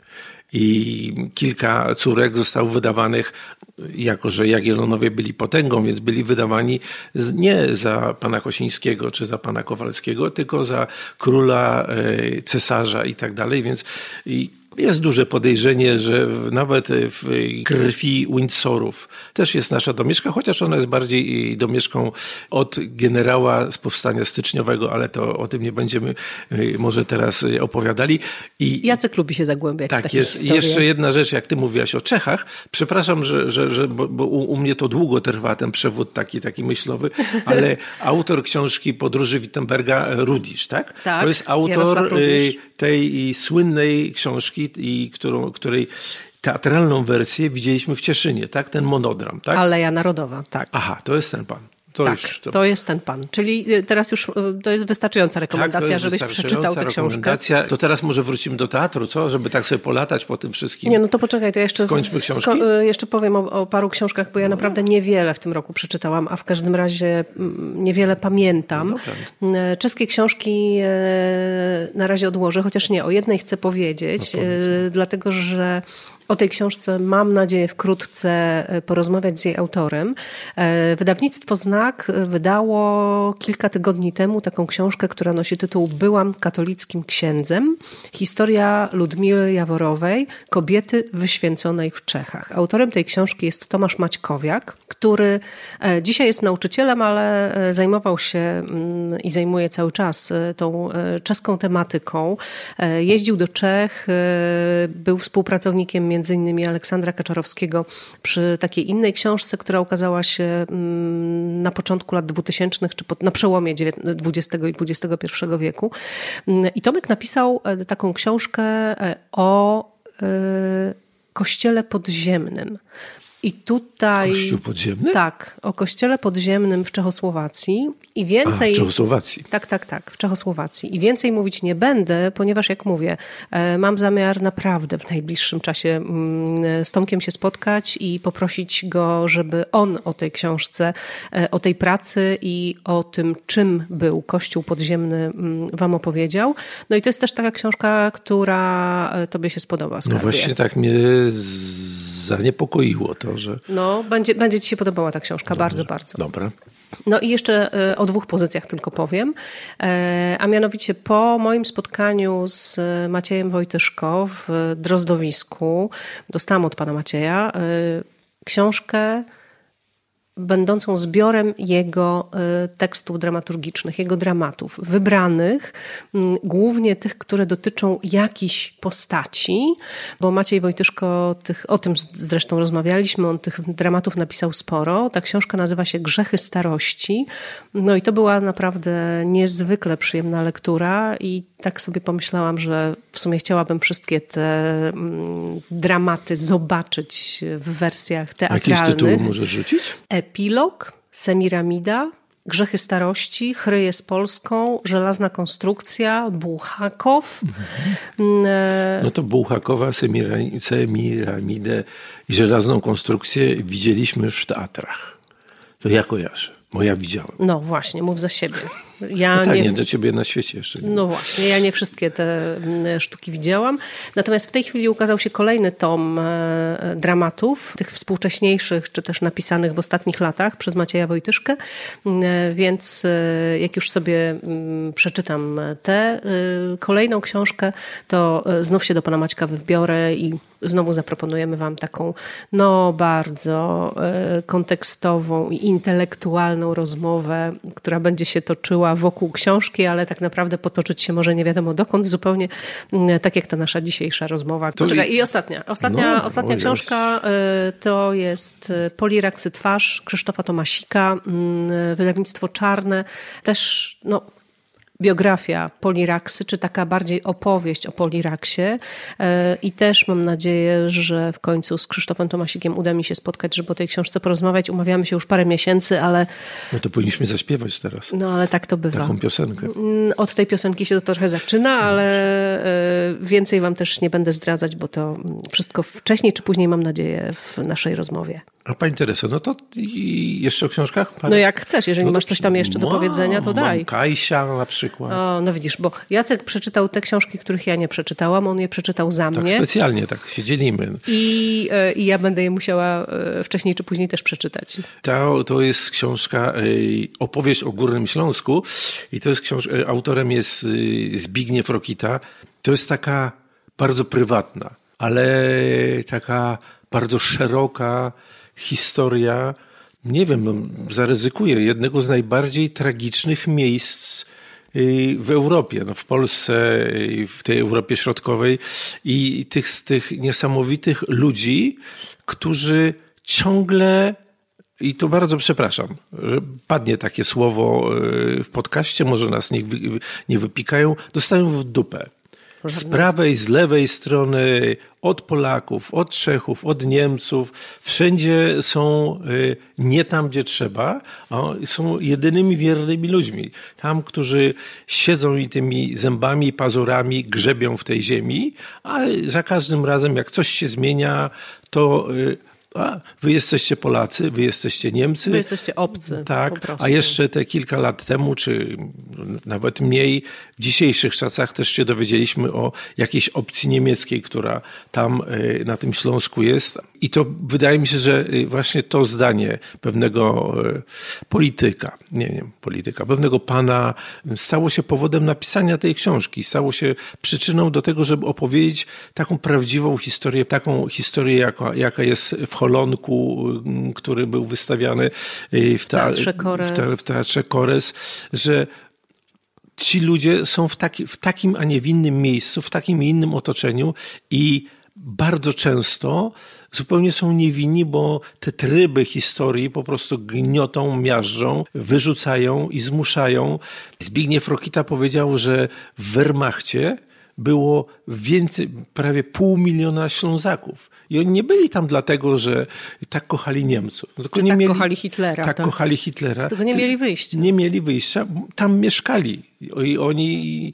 i kilka córek zostało wydawanych, jako że Jagiellonowie byli potęgą, więc byli wydawani nie za pana Kosińskiego czy za pana Kowalskiego, tylko za króla, cesarza i tak dalej, więc jest duże podejrzenie, że nawet w krwi Windsorów też jest nasza domieszka, chociaż ona jest bardziej domieszką od generała z powstania styczniowego, ale to o tym nie będziemy może teraz opowiadali. Jacek lubi się zagłębiać w takie historie. Jeszcze jedna rzecz, jak ty mówiłaś o Czechach. Przepraszam, bo u mnie to długo trwa ten przewód taki myślowy, ale autor książki Podróży Wittenberga, Rudysz, tak? Tak, to jest autor tej słynnej książki, której teatralną wersję widzieliśmy w Cieszynie, tak? Ten monodram, tak? Aleja Narodowa, tak. Aha, to jest ten pan. To jest ten pan. Czyli teraz już to jest wystarczająca rekomendacja, żebyś przeczytał tę książkę. To teraz może wrócimy do teatru, co? Żeby tak sobie polatać po tym wszystkim. Nie, no to poczekaj, to jeszcze skończmy książki. Jeszcze powiem o paru książkach, bo ja naprawdę niewiele w tym roku przeczytałam, a w każdym razie niewiele pamiętam. Czeskie książki na razie odłożę, chociaż nie, o jednej chcę powiedzieć, dlatego że o tej książce mam nadzieję wkrótce porozmawiać z jej autorem. Wydawnictwo Znak wydało kilka tygodni temu taką książkę, która nosi tytuł Byłam katolickim księdzem. Historia Ludmiły Jaworowej, kobiety wyświęconej w Czechach. Autorem tej książki jest Tomasz Maćkowiak, który dzisiaj jest nauczycielem, ale zajmował się i zajmuje cały czas tą czeską tematyką. Jeździł do Czech, był współpracownikiem między innymi Aleksandra Kaczorowskiego przy takiej innej książce, która ukazała się na początku lat 2000, czy na przełomie XX i XXI wieku. I Tomek napisał taką książkę o kościele podziemnym. I tutaj... Kościół podziemny? Tak, o kościele podziemnym w Czechosłowacji. I więcej... w Czechosłowacji. Tak, w Czechosłowacji. I więcej mówić nie będę, ponieważ jak mówię, mam zamiar naprawdę w najbliższym czasie z Tomkiem się spotkać i poprosić go, żeby on o tej książce, o tej pracy i o tym, czym był Kościół podziemny, wam opowiedział. No i to jest też taka książka, która tobie się spodoba, skarbie. No właśnie tak mnie zaniepokoiło to, że... No, będzie ci się podobała ta książka, bardzo. Dobra. No i jeszcze o dwóch pozycjach tylko powiem, a mianowicie po moim spotkaniu z Maciejem Wojtyszko w Drozdowisku dostałam od pana Macieja książkę będącą zbiorem jego tekstów dramaturgicznych, jego dramatów, wybranych, głównie tych, które dotyczą jakichś postaci, bo Maciej Wojtyszko, o tym zresztą rozmawialiśmy, on tych dramatów napisał sporo. Ta książka nazywa się Grzechy starości. No i to była naprawdę niezwykle przyjemna lektura i tak sobie pomyślałam, że w sumie chciałabym wszystkie te dramaty zobaczyć w wersjach teatralnych. Jakiś tytuł możesz rzucić? Epilog, Semiramida, Grzechy starości, Chryje z Polską, Żelazna konstrukcja, Bułhakow. No to Bułhakowa, Semiramidę i Żelazną konstrukcję widzieliśmy już w teatrach. To ja kojarzę. Bo ja widziałem. No właśnie, mów za siebie. Nie do ciebie na świecie jeszcze. Nie. No właśnie, ja nie wszystkie te sztuki widziałam. Natomiast w tej chwili ukazał się kolejny tom dramatów, tych współcześniejszych, czy też napisanych w ostatnich latach przez Macieja Wojtyszkę. Więc jak już sobie przeczytam tę kolejną książkę, to znów się do pana Maćka wybiorę i znowu zaproponujemy wam taką bardzo kontekstową i intelektualną rozmowę, która będzie się toczyła wokół książki, ale tak naprawdę potoczyć się może nie wiadomo dokąd, zupełnie tak jak ta nasza dzisiejsza rozmowa. Poczekaj, i ostatnia książka to jest Poliraksy twarz Krzysztofa Tomasika, wydawnictwo Czarne. Też biografia Poliraksy, czy taka bardziej opowieść o Poliraksie i też mam nadzieję, że w końcu z Krzysztofem Tomasikiem uda mi się spotkać, żeby o tej książce porozmawiać. Umawiamy się już parę miesięcy, ale... No to powinniśmy zaśpiewać teraz. No ale tak to bywa. Taką piosenkę. Od tej piosenki się to trochę zaczyna, ale więcej wam też nie będę zdradzać, bo to wszystko wcześniej czy później, mam nadzieję, w naszej rozmowie. A pani Tereso, no to jeszcze o książkach? No jak chcesz, jeżeli masz coś tam jeszcze do powiedzenia, to daj. Mam Kajsia na przykład. przykład? No widzisz, bo Jacek przeczytał te książki, których ja nie przeczytałam. On je przeczytał za mnie. Tak specjalnie, tak się dzielimy. I ja będę je musiała wcześniej czy później też przeczytać. To jest książka, opowieść o Górnym Śląsku i to jest książka, autorem jest Zbigniew Rokita. To jest taka bardzo prywatna, ale taka bardzo szeroka historia, nie wiem, zaryzykuję, jednego z najbardziej tragicznych miejsc w Europie, w Polsce, w tej Europie Środkowej i tych niesamowitych ludzi, którzy ciągle, i to bardzo przepraszam, że padnie takie słowo w podcaście, może nas nie wypikają, dostają w dupę. Z prawej, z lewej strony, od Polaków, od Czechów, od Niemców, wszędzie są nie tam, gdzie trzeba, a są jedynymi wiernymi ludźmi. Tam, którzy siedzą i tymi zębami, pazurami grzebią w tej ziemi, a za każdym razem, jak coś się zmienia, to wy jesteście Polacy, wy jesteście Niemcy. Wy jesteście obcy. Tak, po prostu. A jeszcze te kilka lat temu, czy nawet mniej, w dzisiejszych czasach też się dowiedzieliśmy o jakiejś opcji niemieckiej, która tam na tym Śląsku jest. I to wydaje mi się, że właśnie to zdanie pewnego polityka, pewnego pana stało się powodem napisania tej książki. Stało się przyczyną do tego, żeby opowiedzieć taką prawdziwą historię, taką historię, jaka jest w Holonku, który był wystawiany w Teatrze Kores, że ci ludzie są w takim, a nie w innym miejscu, w takim i innym otoczeniu i bardzo często zupełnie są niewinni, bo te tryby historii po prostu gniotą, miażdżą, wyrzucają i zmuszają. Zbigniew Rokita powiedział, że w Wehrmachcie było więcej, prawie 500 000 Ślązaków. I oni nie byli tam dlatego, że tak kochali Niemców. Tylko nie mieli, kochali Hitlera. Tak, kochali Hitlera. Tylko nie mieli wyjścia. Nie mieli wyjścia. Tam mieszkali. I oni...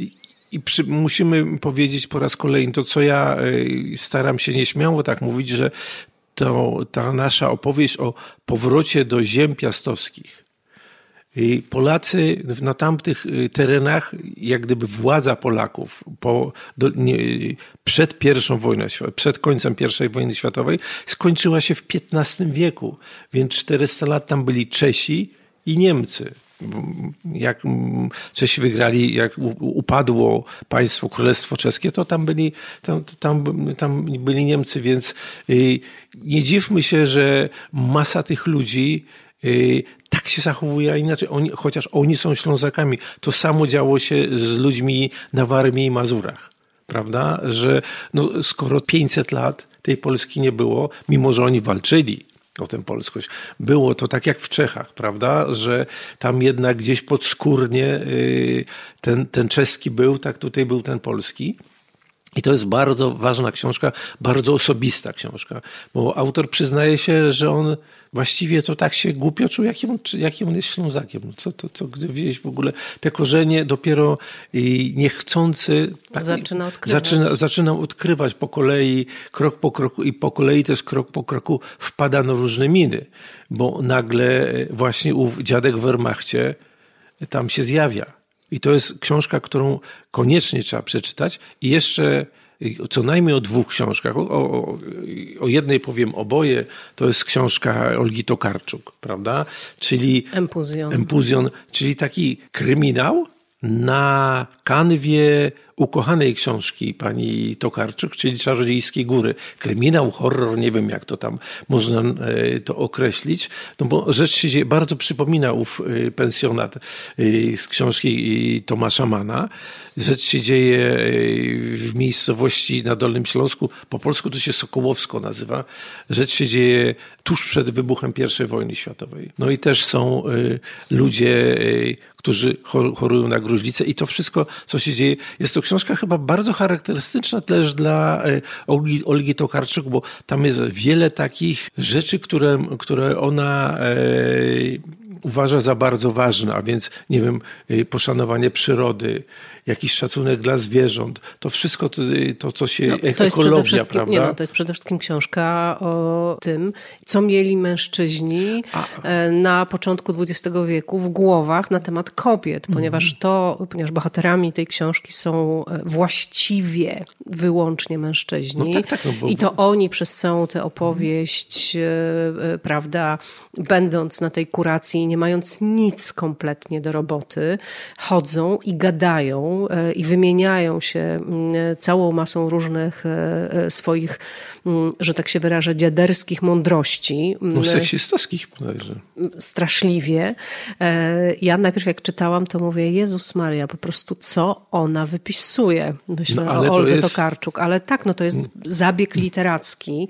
musimy powiedzieć po raz kolejny to, co ja staram się nieśmiało tak mówić, że ta nasza opowieść o powrocie do ziem piastowskich. Polacy na tamtych terenach, jak gdyby władza Polaków przed końcem I wojny światowej skończyła się w XV wieku, więc 400 lat tam byli Czesi i Niemcy. Jak Czesi wygrali, jak upadło państwo, Królestwo Czeskie, to tam byli Niemcy, więc nie dziwmy się, że masa tych ludzi tak się zachowuje, a inaczej, chociaż oni są Ślązakami. To samo działo się z ludźmi na Warmii i Mazurach, prawda? Że skoro 500 lat tej Polski nie było, mimo że oni walczyli o tę polskość, było to tak jak w Czechach, prawda? Że tam jednak gdzieś podskórnie ten czeski był, tak tutaj był ten polski. I to jest bardzo ważna książka, bardzo osobista książka, bo autor przyznaje się, że on właściwie to tak się głupio czuł, jakim on jest Ślązakiem. Gdy wieś w ogóle te korzenie dopiero niechcący zaczyna odkrywać po kolei, krok po kroku i po kolei też krok po kroku wpada na różne miny, bo nagle właśnie ów dziadek w Wehrmachcie tam się zjawia. I to jest książka, którą koniecznie trzeba przeczytać. I jeszcze co najmniej o 2 książkach. O jednej powiem oboje. To jest książka Olgi Tokarczuk, prawda? Czyli Empuzjon, czyli taki kryminał na kanwie ukochanej książki pani Tokarczuk, czyli Czarodziejskie Góry. Kryminał, horror, nie wiem jak to tam można to określić, bo rzecz się dzieje, bardzo przypomina ów pensjonat z książki Tomasza Manna. Rzecz się dzieje w miejscowości na Dolnym Śląsku, po polsku to się Sokołowsko nazywa. Rzecz się dzieje tuż przed wybuchem I wojny światowej. No i też są ludzie, którzy chorują na gruźlicę i to wszystko, co się dzieje, jest to książka chyba bardzo charakterystyczna też dla Olgi Tokarczuk, bo tam jest wiele takich rzeczy, które ona uważa za bardzo ważne, a więc, nie wiem, poszanowanie przyrody, jakiś szacunek dla zwierząt. To wszystko to co się to jest ekologia, prawda? To jest przede wszystkim książka o tym, co mieli mężczyźni na początku XX wieku w głowach na temat kobiet, ponieważ bohaterami tej książki są właściwie wyłącznie mężczyźni. I to oni przez całą tę opowieść, prawda, będąc na tej kuracji, nie mając nic kompletnie do roboty, chodzą i gadają i wymieniają się całą masą różnych swoich, że tak się wyrażę, dziaderskich mądrości. Seksistowskich bodajże. Straszliwie. Ja najpierw jak czytałam, to mówię, Jezus Maria, po prostu co ona wypisuje. Myślę o Oldze Tokarczuk. Ale tak, to jest zabieg literacki.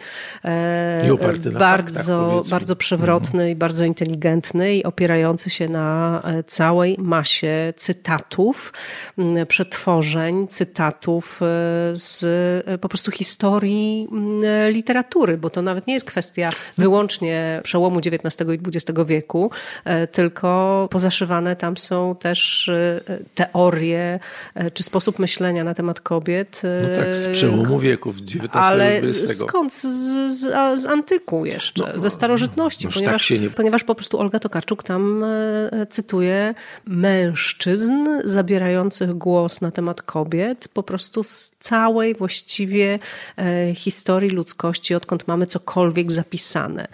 I oparty na faktach, bardzo przewrotny i bardzo inteligentny i opierający się na całej masie cytatów, przetworzeń, cytatów z po prostu historii literatury, bo to nawet nie jest kwestia wyłącznie przełomu XIX i XX wieku, tylko pozaszywane tam są też teorie, czy sposób myślenia na temat kobiet. Z przełomu wieków XIX ale i XX. Skąd? Z antyku jeszcze, ze starożytności, ponieważ po prostu Olga Tokarczuk tam cytuje mężczyzn zabierających głos na temat kobiet, po prostu z całej właściwie historii ludzkości, odkąd mamy cokolwiek zapisane.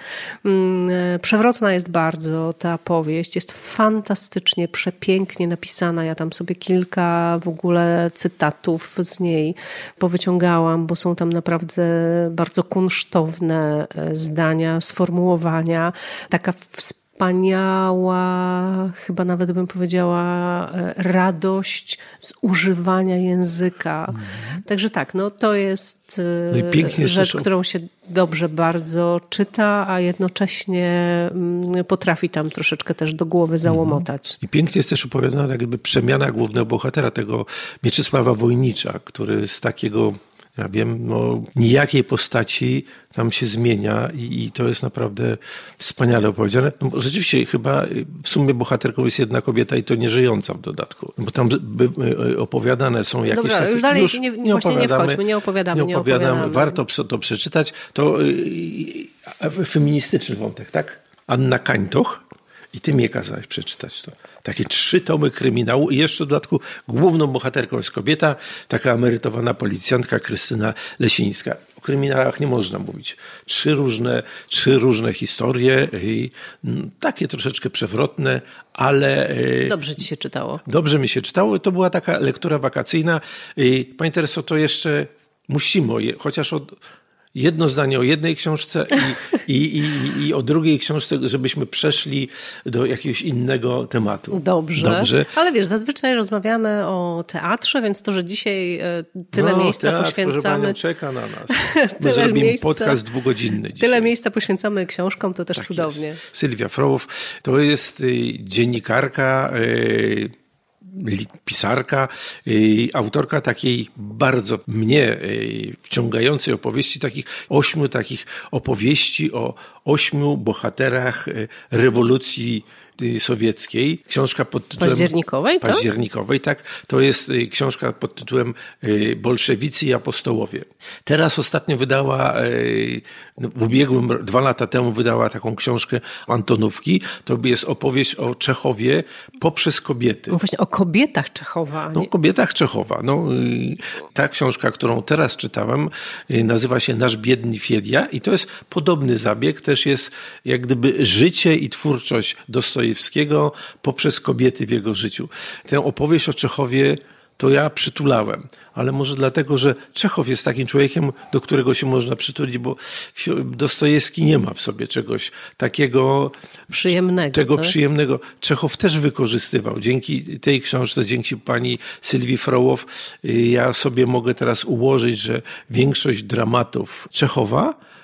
Przewrotna jest bardzo ta powieść, jest fantastycznie, przepięknie napisana. Ja tam sobie kilka w ogóle cytatów z niej powyciągałam, bo są tam naprawdę bardzo kunsztowne zdania, sformułowania. Taka wspaniała, chyba nawet bym powiedziała, radość z używania języka. Także tak, to jest rzecz, którą się dobrze bardzo czyta, a jednocześnie potrafi tam troszeczkę też do głowy załomotać. I pięknie jest też opowiadana tak jakby przemiana głównego bohatera, tego Mieczysława Wojnicza, który z takiego, ja wiem, nijakiej postaci tam się zmienia i to jest naprawdę wspaniale opowiedziane. Rzeczywiście chyba w sumie bohaterką jest jedna kobieta i to nieżyjąca w dodatku, bo tam opowiadane są jakieś... Dobra, już dalej nie wchodźmy, nie opowiadamy. Warto to przeczytać. To feministyczny wątek, tak? Anna Kańtoch. I ty mnie kazałeś przeczytać to. Takie 3 tomy kryminału i jeszcze w dodatku główną bohaterką jest kobieta, taka emerytowana policjantka Krystyna Lesińska. O kryminałach nie można mówić. 3 różne historie i takie troszeczkę przewrotne, ale... Dobrze ci się czytało. Dobrze mi się czytało. To była taka lektura wakacyjna. Pani Tereso, to jeszcze musimy, chociaż jedno zdanie o jednej książce i o drugiej książce, żebyśmy przeszli do jakiegoś innego tematu. Dobrze. Ale wiesz, zazwyczaj rozmawiamy o teatrze, więc to, że dzisiaj tyle miejsca poświęcamy... Proszę panią, czeka na nas. My zrobimy podcast 2-godzinny dzisiaj. Tyle miejsca poświęcamy książkom, to też tak cudownie. Jest. Sylwia Frołow to jest dziennikarka, pisarka, autorka takiej bardzo mnie wciągającej opowieści, takich 8 takich opowieści o 8 bohaterach rewolucji sowieckiej. Książka pod tytułem... Październikowej, tak? To jest książka pod tytułem Bolszewicy i apostołowie. Teraz ostatnio wydała, w ubiegłym 2 lata temu wydała taką książkę Antonówki. To jest opowieść o Czechowie poprzez kobiety. No właśnie, o kobietach Czechowa. O kobietach Czechowa. Ta książka, którą teraz czytałem, nazywa się Nasz biedny Fiedia i to jest podobny zabieg. Też jest jak gdyby życie i twórczość Dostojewskiego poprzez kobiety w jego życiu. Tę opowieść o Czechowie to ja przytulałem, ale może dlatego, że Czechow jest takim człowiekiem, do którego się można przytulić, bo Dostojewski nie ma w sobie czegoś takiego przyjemnego. Czechow też wykorzystywał. Dzięki tej książce, dzięki pani Sylwii Frołow, ja sobie mogę teraz ułożyć, że większość dramatów Czechowa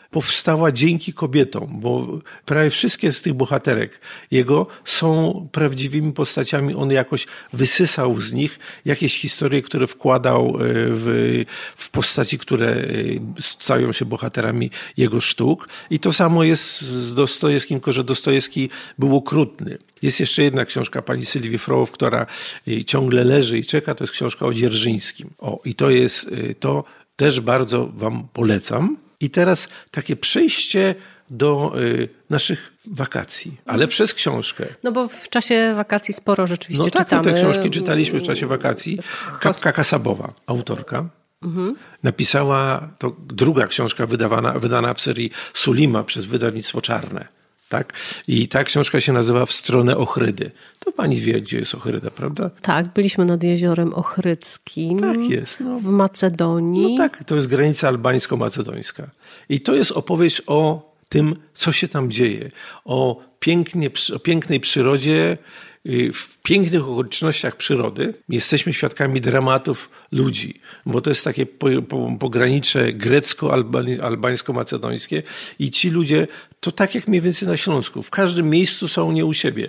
powstała dzięki kobietom, bo prawie wszystkie z tych bohaterek jego są prawdziwymi postaciami. On jakoś wysysał z nich jakieś historie, które wkładał w postaci, które stają się bohaterami jego sztuk. I to samo jest z Dostojewskim, tylko że Dostojewski był okrutny. Jest jeszcze jedna książka pani Sylwii Frołow, która ciągle leży i czeka. To jest książka o Dzierżyńskim. I to też bardzo wam polecam. I teraz takie przejście do naszych wakacji, ale przez książkę. No bo w czasie wakacji sporo rzeczywiście czytamy. Te książki czytaliśmy w czasie wakacji. Kapka Kasabowa, autorka, napisała, to druga książka wydana w serii Sulima przez wydawnictwo Czarne. Tak? I ta książka się nazywa W stronę Ochrydy. To pani wie, gdzie jest Ochryda, prawda? Tak, byliśmy nad jeziorem Ochrydzkim. Tak jest. No. W Macedonii. No tak, to jest granica albańsko-macedońska. I to jest opowieść o tym, co się tam dzieje. O pięknej przyrodzie, w pięknych okolicznościach przyrody. Jesteśmy świadkami dramatów ludzi, bo to jest takie pogranicze grecko-albańsko-macedońskie i ci ludzie, to tak jak mniej więcej na Śląsku, w każdym miejscu są nie u siebie.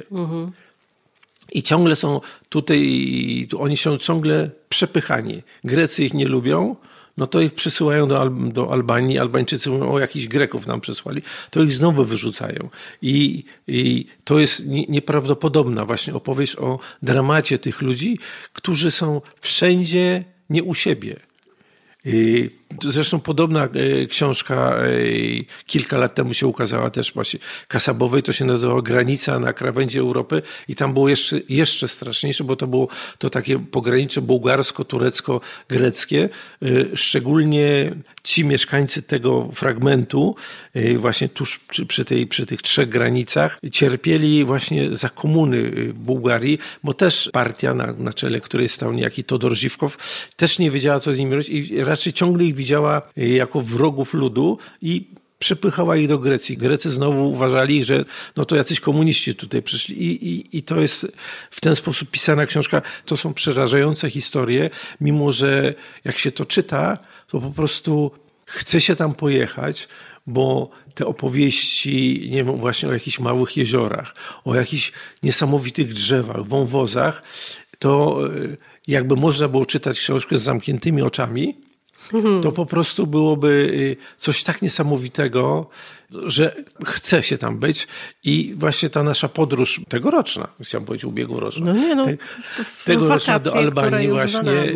I ciągle są tutaj, oni są ciągle przepychani. Grecy ich nie lubią, no to ich przesyłają do Albanii. Albańczycy mówią, o jakichś Greków nam przesłali, to ich znowu wyrzucają. I to jest nieprawdopodobna właśnie opowieść o dramacie tych ludzi, którzy są wszędzie nie u siebie. Zresztą podobna książka kilka lat temu się ukazała też właśnie Kasabowej, to się nazywało Granica na krawędzi Europy i tam było jeszcze straszniejsze, bo to było to takie pogranicze bułgarsko-turecko-greckie. Szczególnie ci mieszkańcy tego fragmentu, właśnie tuż przy tych trzech granicach, cierpieli właśnie za komuny w Bułgarii, bo też partia, na czele której stał niejaki Todor Żywkow, też nie wiedziała, co z nimi robić i raczej ciągle ich widziała jako wrogów ludu i przepychała ich do Grecji. Grecy znowu uważali, że no to jacyś komuniści tutaj przyszli i to jest w ten sposób pisana książka. To są przerażające historie, mimo że jak się to czyta, to po prostu chce się tam pojechać, bo te opowieści, nie wiem, właśnie o jakichś małych jeziorach, o jakichś niesamowitych drzewach, wąwozach, to jakby można było czytać książkę z zamkniętymi oczami, to po prostu byłoby coś tak niesamowitego, że chce się tam być i właśnie ta nasza podróż tegoroczna, chciałem powiedzieć ubiegłoroczna, tegoroczna do Albanii właśnie,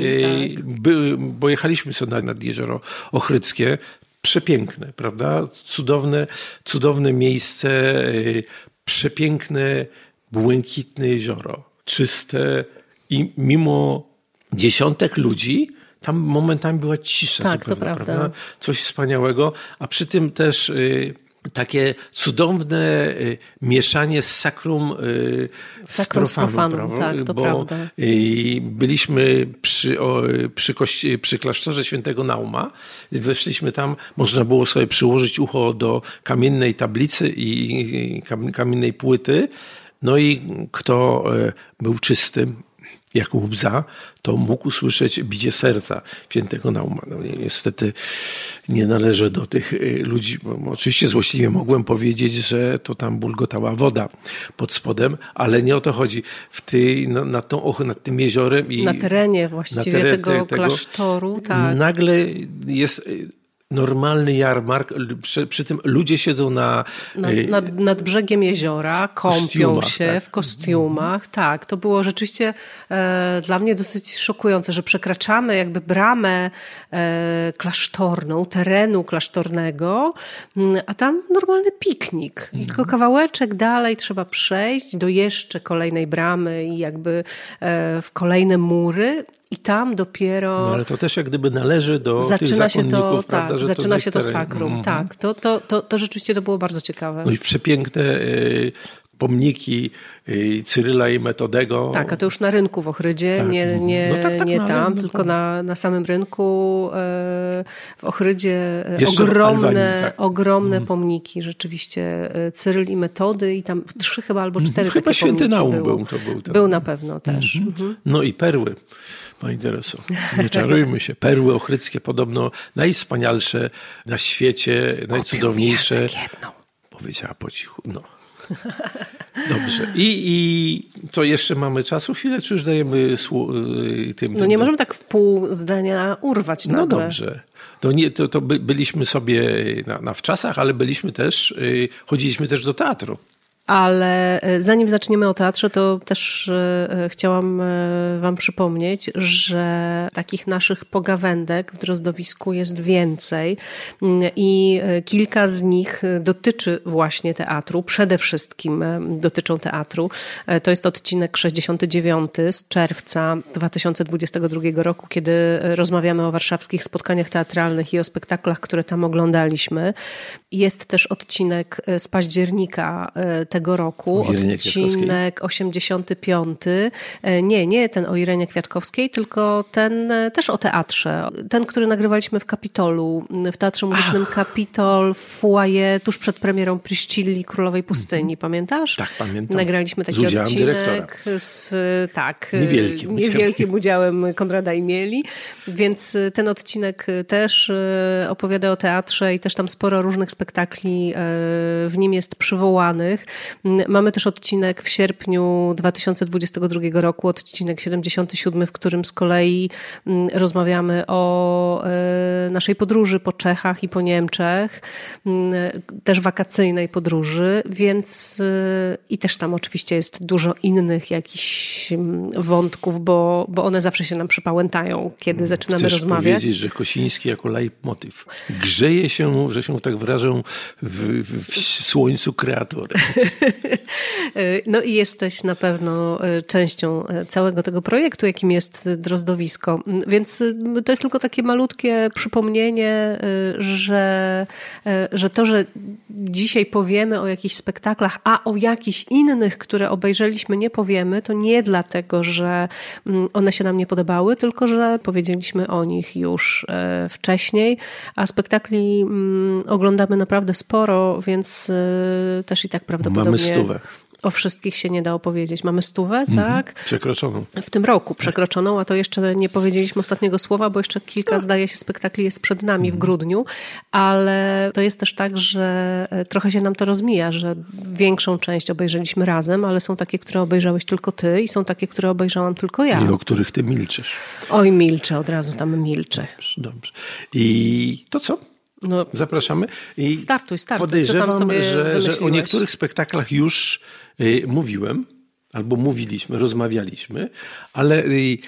bo jechaliśmy sobie nad jezioro Ochrydzkie, przepiękne, prawda? Cudowne miejsce, przepiękne, błękitne jezioro, czyste i mimo dziesiątek ludzi tam momentami była cisza tak, zupełna, to prawda. Coś wspaniałego, a przy tym też takie cudowne mieszanie z sakrum z profanum, tak, to bo prawda. Byliśmy przy klasztorze świętego Nauma, weszliśmy tam, można było sobie przyłożyć ucho do kamiennej tablicy i kamiennej płyty, no i kto był czystym jak łza, to mógł usłyszeć bicie serca świętego Nauma. No, niestety nie należę do tych ludzi, bo oczywiście złośliwie mogłem powiedzieć, że to tam bulgotała woda pod spodem, ale nie o to chodzi. Nad tym jeziorem i na terenie właściwie tego klasztoru. Tak. Nagle jest normalny jarmark, przy tym ludzie siedzą nad brzegiem jeziora, kąpią się w kostiumach. Tak, to było rzeczywiście dla mnie dosyć szokujące, że przekraczamy jakby bramę klasztorną, terenu klasztornego, a tam normalny piknik. I tylko kawałeczek dalej trzeba przejść do jeszcze kolejnej bramy i jakby w kolejne mury. I tam dopiero... No ale to też jak gdyby należy do tych zakonników, prawda? Tak, zaczyna się to sakrum. Tak, to rzeczywiście to było bardzo ciekawe. No i przepiękne pomniki Cyryla i Metodego. Tak, a to już na rynku w Ochrydzie, tak. nie tam, tylko na samym rynku w Ochrydzie ogromne pomniki, rzeczywiście Cyryl i Metody i tam 3 chyba albo 4 chyba takie święty pomniki Naum był. Był na pewno też. No i perły. Pani Tereso, nie czarujmy się. Perły ochryckie podobno najwspanialsze na świecie, najcudowniejsze. Powiedziała po cichu. No. Dobrze. I co, jeszcze mamy czasu chwilę, czy już dajemy tym? No nie możemy tak w pół zdania urwać nagle. No dobrze. To byliśmy sobie na wczasach, ale byliśmy też, chodziliśmy też do teatru. Ale zanim zaczniemy o teatrze, to też chciałam wam przypomnieć, że takich naszych pogawędek w Drozdowisku jest więcej i kilka z nich dotyczy właśnie teatru. Przede wszystkim dotyczą teatru. To jest odcinek 69 z czerwca 2022 roku, kiedy rozmawiamy o warszawskich spotkaniach teatralnych i o spektaklach, które tam oglądaliśmy. Jest też odcinek z października tego roku, odcinek 85. Nie ten o Irenie Kwiatkowskiej, tylko ten też o teatrze. Ten, który nagrywaliśmy w Kapitolu, w Teatrze Muzycznym Kapitol, w foyer, tuż przed premierą Priscilli Królowej Pustyni. Pamiętasz? Tak, pamiętam. Nagraliśmy taki odcinek z niewielkim udziałem Konrada Imieli, więc ten odcinek też opowiada o teatrze i też tam sporo różnych spektakli w nim jest przywołanych. Mamy też odcinek w sierpniu 2022 roku, odcinek 77, w którym z kolei rozmawiamy o naszej podróży po Czechach i po Niemczech, też wakacyjnej podróży, więc i też tam oczywiście jest dużo innych jakichś wątków, bo one zawsze się nam przypałętają, kiedy zaczynamy rozmawiać. Chcesz powiedzieć, że Kosiński jako leitmotiv grzeje się, że się tak wyrażę, w słońcu kreatora. No i jesteś na pewno częścią całego tego projektu, jakim jest Drozdowisko. Więc to jest tylko takie malutkie przypomnienie, że to, że dzisiaj powiemy o jakichś spektaklach, a o jakichś innych, które obejrzeliśmy, nie powiemy, to nie dlatego, że one się nam nie podobały, tylko że powiedzieliśmy o nich już wcześniej, a spektakli oglądamy naprawdę sporo, więc też i tak prawdopodobnie... Mamy 100. O wszystkich się nie da opowiedzieć. Mamy 100, tak? Przekroczoną. W tym roku przekroczoną, a to jeszcze nie powiedzieliśmy ostatniego słowa, bo jeszcze kilka, zdaje się, spektakli jest przed nami w grudniu, ale to jest też tak, że trochę się nam to rozmija, że większą część obejrzeliśmy razem, ale są takie, które obejrzałeś tylko ty i są takie, które obejrzałam tylko ja. I o których ty milczysz. Oj, milczę, od razu tam milczę. Dobrze. I to co? No, zapraszamy. I startuj. Podejrzewam, co tam sobie że o niektórych spektaklach już mówiłem, albo mówiliśmy, rozmawialiśmy, ale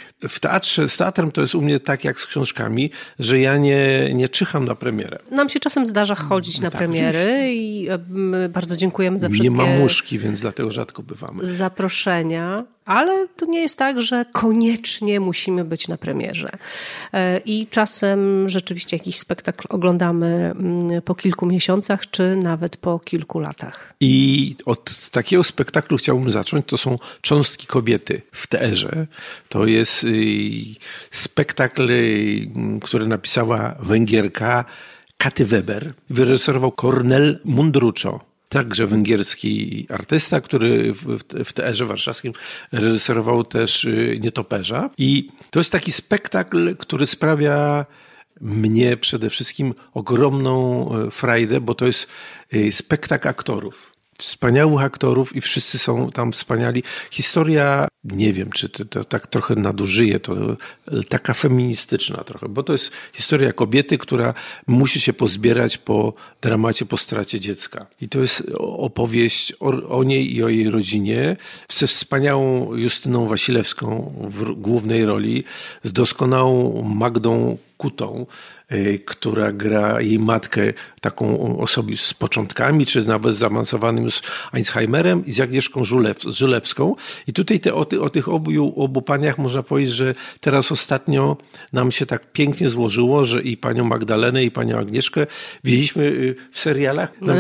z teatrem to jest u mnie tak jak z książkami, że ja nie czyham na premierę. Nam się czasem zdarza chodzić na premiery oczywiście. I bardzo dziękujemy za wszystkie... Nie mam muszki, więc dlatego rzadko bywamy. Zaproszenia. Ale to nie jest tak, że koniecznie musimy być na premierze. I czasem rzeczywiście jakiś spektakl oglądamy po kilku miesiącach, czy nawet po kilku latach. I od takiego spektaklu chciałbym zacząć. To są Cząstki kobiety w teatrze. To jest spektakl, który napisała Węgierka Katy Weber. Wyreżyserował Kornel Mundruczo. Także węgierski artysta, który w Teatrze Warszawskim reżyserował też Nietoperza. I to jest taki spektakl, który sprawia mnie przede wszystkim ogromną frajdę, bo to jest spektakl aktorów. Wspaniałych aktorów i wszyscy są tam wspaniali. Historia, nie wiem, czy to tak trochę nadużyję, to taka feministyczna trochę, bo to jest historia kobiety, która musi się pozbierać po dramacie, po stracie dziecka. I to jest opowieść o niej i o jej rodzinie ze wspaniałą Justyną Wasilewską w głównej roli, z doskonałą Magdą Kutą, która gra jej matkę, taką osobę z początkami, czy nawet zaawansowanym już Alzheimerem, i z Agnieszką Żulewską. I tutaj o tych obu paniach można powiedzieć, że teraz ostatnio nam się tak pięknie złożyło, że i panią Magdalenę, i panią Agnieszkę widzieliśmy w serialach. Na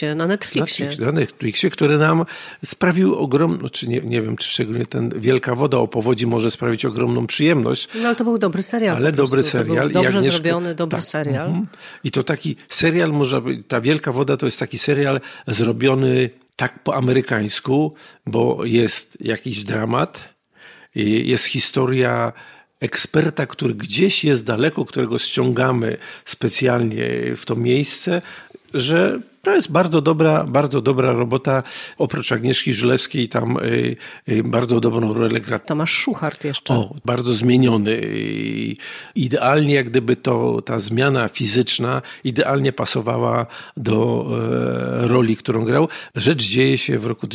Netflixie, który nam sprawił ogromną, czy nie wiem, czy szczególnie ten Wielka Woda o powodzi może sprawić ogromną przyjemność. No ale to był dobry serial. Ale dobry serial. Dobrze zrobiony, dobry serial. I to taki serial, ta Wielka Woda to jest taki serial zrobiony tak po amerykańsku, bo jest jakiś dramat, jest historia eksperta, który gdzieś jest daleko, którego ściągamy specjalnie w to miejsce, że to jest bardzo dobra robota. Oprócz Agnieszki Żylewskiej tam bardzo dobrą rolę gra Tomasz Szuchart jeszcze. O, bardzo zmieniony. Idealnie jak gdyby ta zmiana fizyczna idealnie pasowała do roli, którą grał. Rzecz dzieje się w roku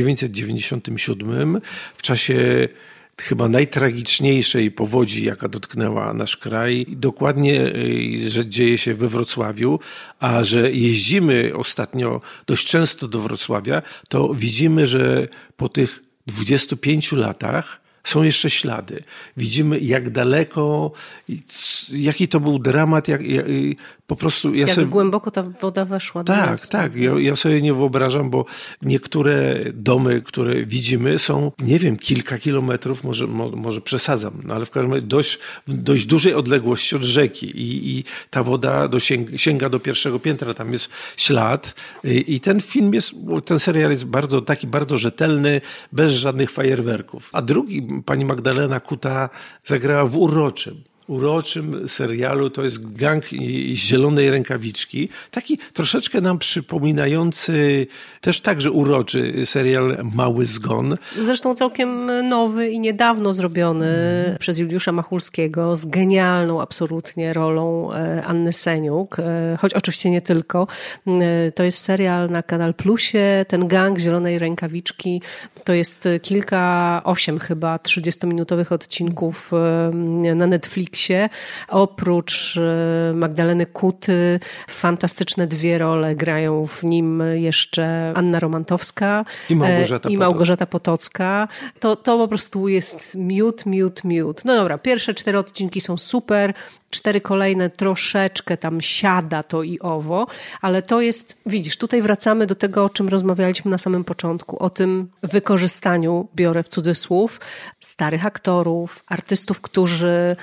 1997 w czasie chyba najtragiczniejszej powodzi, jaka dotknęła nasz kraj. Dokładnie, że dzieje się we Wrocławiu, a że jeździmy ostatnio dość często do Wrocławia, to widzimy, że po tych 25 latach są jeszcze ślady. Widzimy, jak daleko, jaki to był dramat, po prostu... Jak głęboko ta woda weszła do miasta. Tak. Ja sobie nie wyobrażam, bo niektóre domy, które widzimy, są, nie wiem, kilka kilometrów, może przesadzam, no ale w każdym razie dość dużej odległości od rzeki i ta woda sięga do pierwszego piętra, tam jest ślad i ten serial jest bardzo rzetelny, bez żadnych fajerwerków. A drugi, pani Magdalena Kuta zagrała w uroczym serialu, to jest Gang Zielonej Rękawiczki. Taki troszeczkę nam przypominający, też także uroczy serial Mały Zgon. Zresztą całkiem nowy i niedawno zrobiony przez Juliusza Machulskiego z genialną absolutnie rolą Anny Seniuk, choć oczywiście nie tylko. To jest serial na Kanal Plusie, ten Gang Zielonej Rękawiczki. To jest 8 chyba 30-minutowych odcinków na Netflixie. Oprócz Magdaleny Kuty fantastyczne 2 role grają w nim jeszcze Anna Romantowska i Małgorzata Potocka. To po prostu jest miód. No dobra, pierwsze 4 odcinki są super, 4 kolejne troszeczkę tam siada to i owo, ale to jest, widzisz, tutaj wracamy do tego, o czym rozmawialiśmy na samym początku, o tym wykorzystaniu, biorę w cudzysłów, starych aktorów, artystów, którzy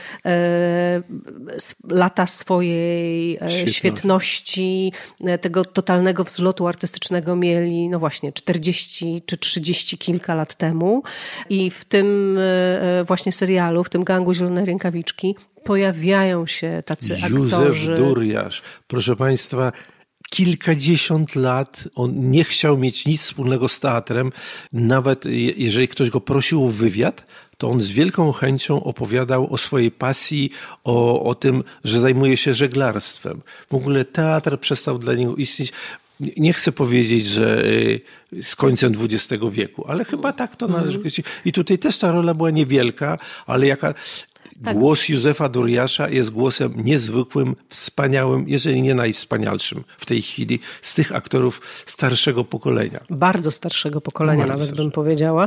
lata swojej świetności, tego totalnego wzlotu artystycznego mieli, no właśnie, 40 czy 30 kilka lat temu i w tym właśnie serialu, w tym Gangu Zielonej Rękawiczki pojawiają się tacy aktorzy. Józef Durjasz, proszę Państwa, kilkadziesiąt lat on nie chciał mieć nic wspólnego z teatrem. Nawet jeżeli ktoś go prosił o wywiad, to on z wielką chęcią opowiadał o swojej pasji, o tym, że zajmuje się żeglarstwem. W ogóle teatr przestał dla niego istnieć. Nie chcę powiedzieć, że z końcem XX wieku, ale chyba tak to należy powiedzieć. I tutaj też ta rola była niewielka, ale tak. Głos Józefa Durjasza jest głosem niezwykłym, wspaniałym, jeżeli nie najwspanialszym w tej chwili z tych aktorów starszego pokolenia. Bardzo starszego pokolenia nawet bym powiedziała.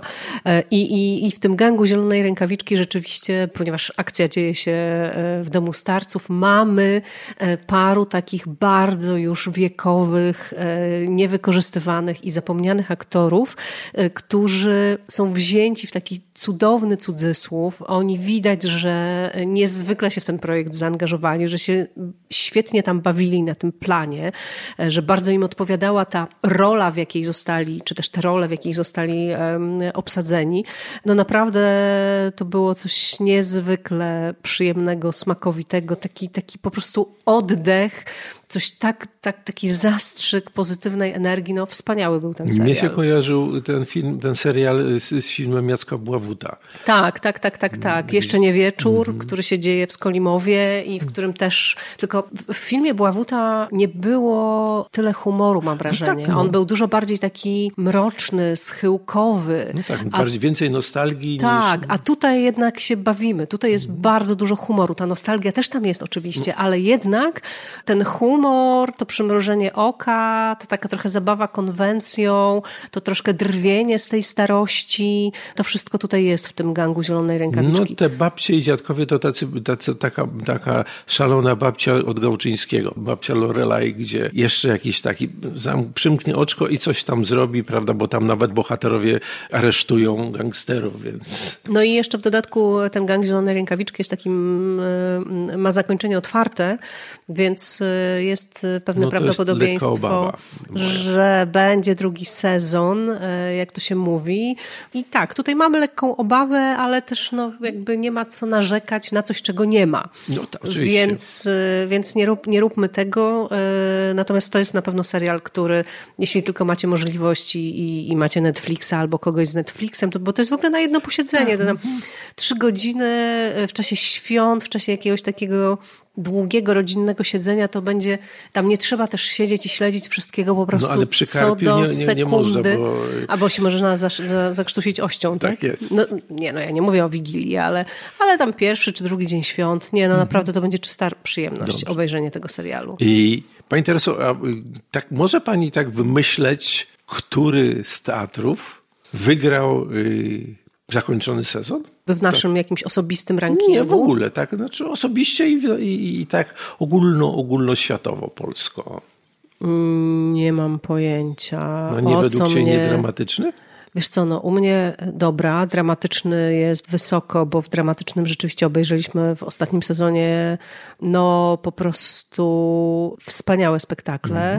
I w tym Gangu Zielonej Rękawiczki rzeczywiście, ponieważ akcja dzieje się w domu starców, mamy paru takich bardzo już wiekowych, niewykorzystywanych i zapomnianych aktorów, którzy są wzięci w taki cudowny cudzysłów. Oni widać, że niezwykle się w ten projekt zaangażowali, że się świetnie tam bawili na tym planie, że bardzo im odpowiadała ta rola, w jakiej zostali, czy też te role, w jakich zostali obsadzeni. No naprawdę to było coś niezwykle przyjemnego, smakowitego, taki po prostu oddech, coś taki zastrzyk pozytywnej energii. No wspaniały był ten serial. Mnie się kojarzył ten serial z filmem Jacka Bławuta. Tak. Jeszcze nie wieczór, który się dzieje w Skolimowie i w którym też, tylko w filmie Bławuta nie było tyle humoru, mam wrażenie. On był dużo bardziej taki mroczny, schyłkowy. No tak, więcej nostalgii. Tak, a tutaj jednak się bawimy. Tutaj jest bardzo dużo humoru. Ta nostalgia też tam jest oczywiście, ale jednak ten humor, to przymrużenie oka, to taka trochę zabawa konwencją, to troszkę drwienie z tej starości, to wszystko tutaj jest w tym Gangu Zielonej Rękawiczki. No te babcie i dziadkowie to taka szalona babcia od Gałczyńskiego, babcia Lorelai, gdzie jeszcze jakiś taki przymknie oczko i coś tam zrobi, prawda, bo tam nawet bohaterowie aresztują gangsterów, więc... No i jeszcze w dodatku ten Gang Zielonej Rękawiczki jest takim, ma zakończenie otwarte, więc jest pewne prawdopodobieństwo, że będzie drugi sezon, jak to się mówi. I tak, tutaj mamy lekką obawę, ale też jakby nie ma co narzekać na coś, czego nie ma. No to oczywiście. Więc nie róbmy tego. Natomiast to jest na pewno serial, który, jeśli tylko macie możliwości i macie Netflixa albo kogoś z Netflixem, bo to jest w ogóle na jedno posiedzenie. To tam 3 godziny w czasie świąt, w czasie jakiegoś takiego długiego, rodzinnego siedzenia, to będzie, tam nie trzeba też siedzieć i śledzić wszystkiego po prostu ale przy co do sekundy. Nie można, albo się może zakrztusić ością, tak? Tak jest. Ja nie mówię o Wigilii, ale tam pierwszy czy drugi dzień świąt, naprawdę to będzie czysta przyjemność obejrzenie tego serialu. I pani Tereso, tak może pani tak wymyśleć, który z teatrów wygrał zakończony sezon? W naszym jakimś osobistym rankingu? Nie, w ogóle, tak. Znaczy osobiście i tak ogólnoświatowo polsko. Nie mam pojęcia. Nie według ciebie dramatyczny? Wiesz co, u mnie dramatyczny jest wysoko, bo w dramatycznym rzeczywiście obejrzeliśmy w ostatnim sezonie po prostu wspaniałe spektakle.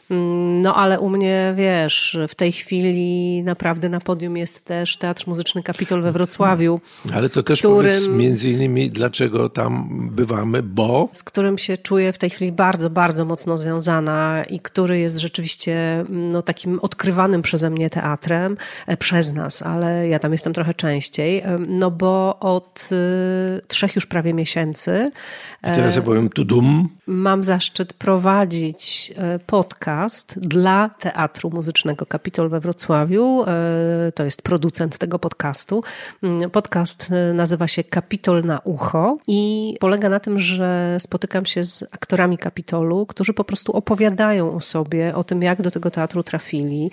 Ale u mnie, wiesz, w tej chwili naprawdę na podium jest też Teatr Muzyczny Kapitol we Wrocławiu. Ale to też powiedz między innymi, dlaczego tam bywamy, bo... Z którym się czuję w tej chwili bardzo, bardzo mocno związana i który jest rzeczywiście takim odkrywanym przeze mnie teatrem, przez nas, ale ja tam jestem trochę częściej, bo od 3 już prawie miesięcy. I teraz ja powiem tudum. Mam zaszczyt prowadzić podcast dla Teatru Muzycznego Kapitol we Wrocławiu. To jest producent tego podcastu. Podcast nazywa się Kapitol na ucho i polega na tym, że spotykam się z aktorami Kapitolu, którzy po prostu opowiadają o sobie, o tym, jak do tego teatru trafili,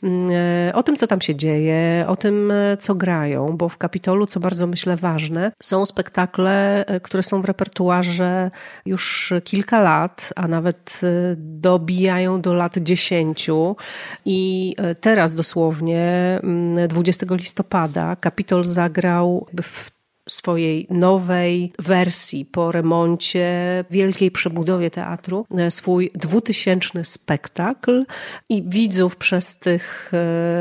o tym, co tam się dzieje, o tym, co grają, bo w Kapitolu, co bardzo myślę ważne, są spektakle, które są w repertuarze już kilka lat, a nawet dobijają do lat 10 i teraz dosłownie 20 listopada Kapitol zagrał w swojej nowej wersji po remoncie, wielkiej przebudowie teatru, swój 2000 spektakl i widzów przez tych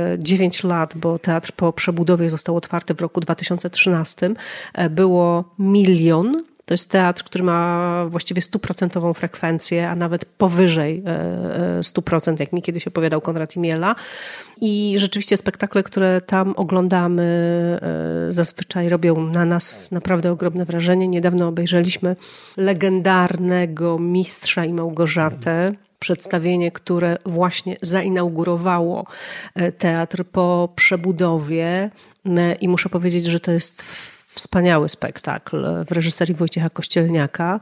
9 lat, bo teatr po przebudowie został otwarty w roku 2013, było 1 000 000. To jest teatr, który ma właściwie 100% frekwencję, a nawet powyżej 100%, jak mi kiedyś opowiadał Konrad Imiela. I rzeczywiście spektakle, które tam oglądamy, zazwyczaj robią na nas naprawdę ogromne wrażenie. Niedawno obejrzeliśmy legendarnego Mistrza i Małgorzatę. Przedstawienie, które właśnie zainaugurowało teatr po przebudowie i muszę powiedzieć, że to jest wspaniały spektakl w reżyserii Wojciecha Kościelniaka.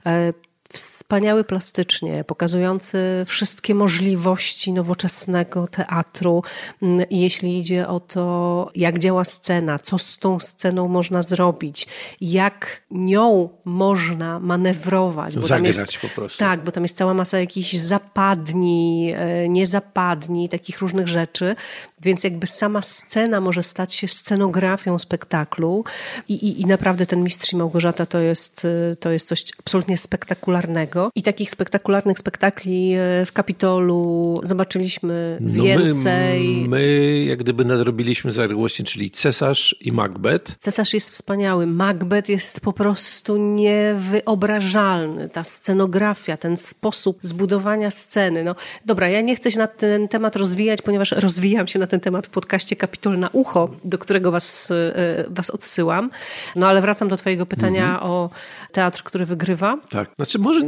Wspaniały plastycznie, pokazujący wszystkie możliwości nowoczesnego teatru, jeśli idzie o to, jak działa scena, co z tą sceną można zrobić, jak nią można manewrować. Bo zagrać tam jest, po prostu. Tak, bo tam jest cała masa jakichś zapadni, niezapadni, takich różnych rzeczy, więc jakby sama scena może stać się scenografią spektaklu i naprawdę ten Mistrz i Małgorzata to jest coś absolutnie spektakularnego. I takich spektakularnych spektakli w Kapitolu zobaczyliśmy więcej. My jak gdyby nadrobiliśmy zaległości, czyli Cesarz i Macbeth. Cesarz jest wspaniały. Macbeth jest po prostu niewyobrażalny. Ta scenografia, ten sposób zbudowania sceny. Dobra, ja nie chcę się na ten temat rozwijać, ponieważ rozwijam się na ten temat w podcaście Kapitol na ucho, do którego was odsyłam. Ale wracam do twojego pytania o teatr, który wygrywa. Tak, znaczy może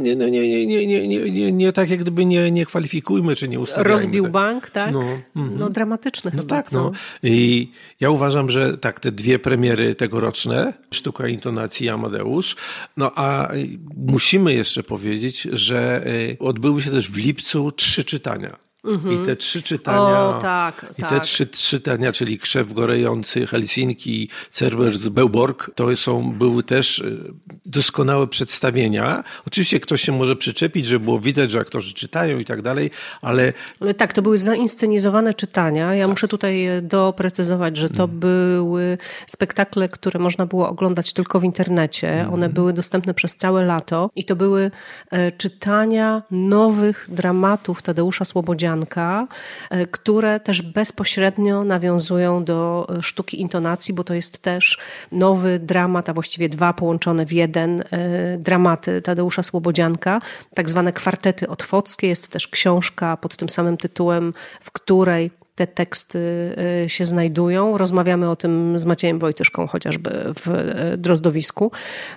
nie tak jak gdyby nie kwalifikujmy, czy nie ustawiajmy. Rozbił tak. bank, tak? Dramatyczny chyba. Tak, I ja uważam, że tak, te 2 premiery tegoroczne, Sztuka intonacji i Amadeusz, a musimy jeszcze powiedzieć, że odbyły się też w lipcu 3 czytania. I te 3 czytania, te trzy czytania, czyli Krzew Gorejący, Helsinki, Cerberus, Bełborg, to były też doskonałe przedstawienia. Oczywiście ktoś się może przyczepić, że było widać, że aktorzy czytają i tak dalej, ale tak, to były zainscenizowane czytania. Ja muszę tutaj doprecyzować, że to były spektakle, które można było oglądać tylko w internecie. One były dostępne przez całe lato i to były czytania nowych dramatów Tadeusza Słobodzianka, które też bezpośrednio nawiązują do sztuki intonacji, bo to jest też nowy dramat, a właściwie 2 połączone w jeden dramaty Tadeusza Słobodzianka, tak zwane kwartety otwockie. Jest też książka pod tym samym tytułem, w której te teksty się znajdują. Rozmawiamy o tym z Maciejem Wojtyszką chociażby w Drozdowisku.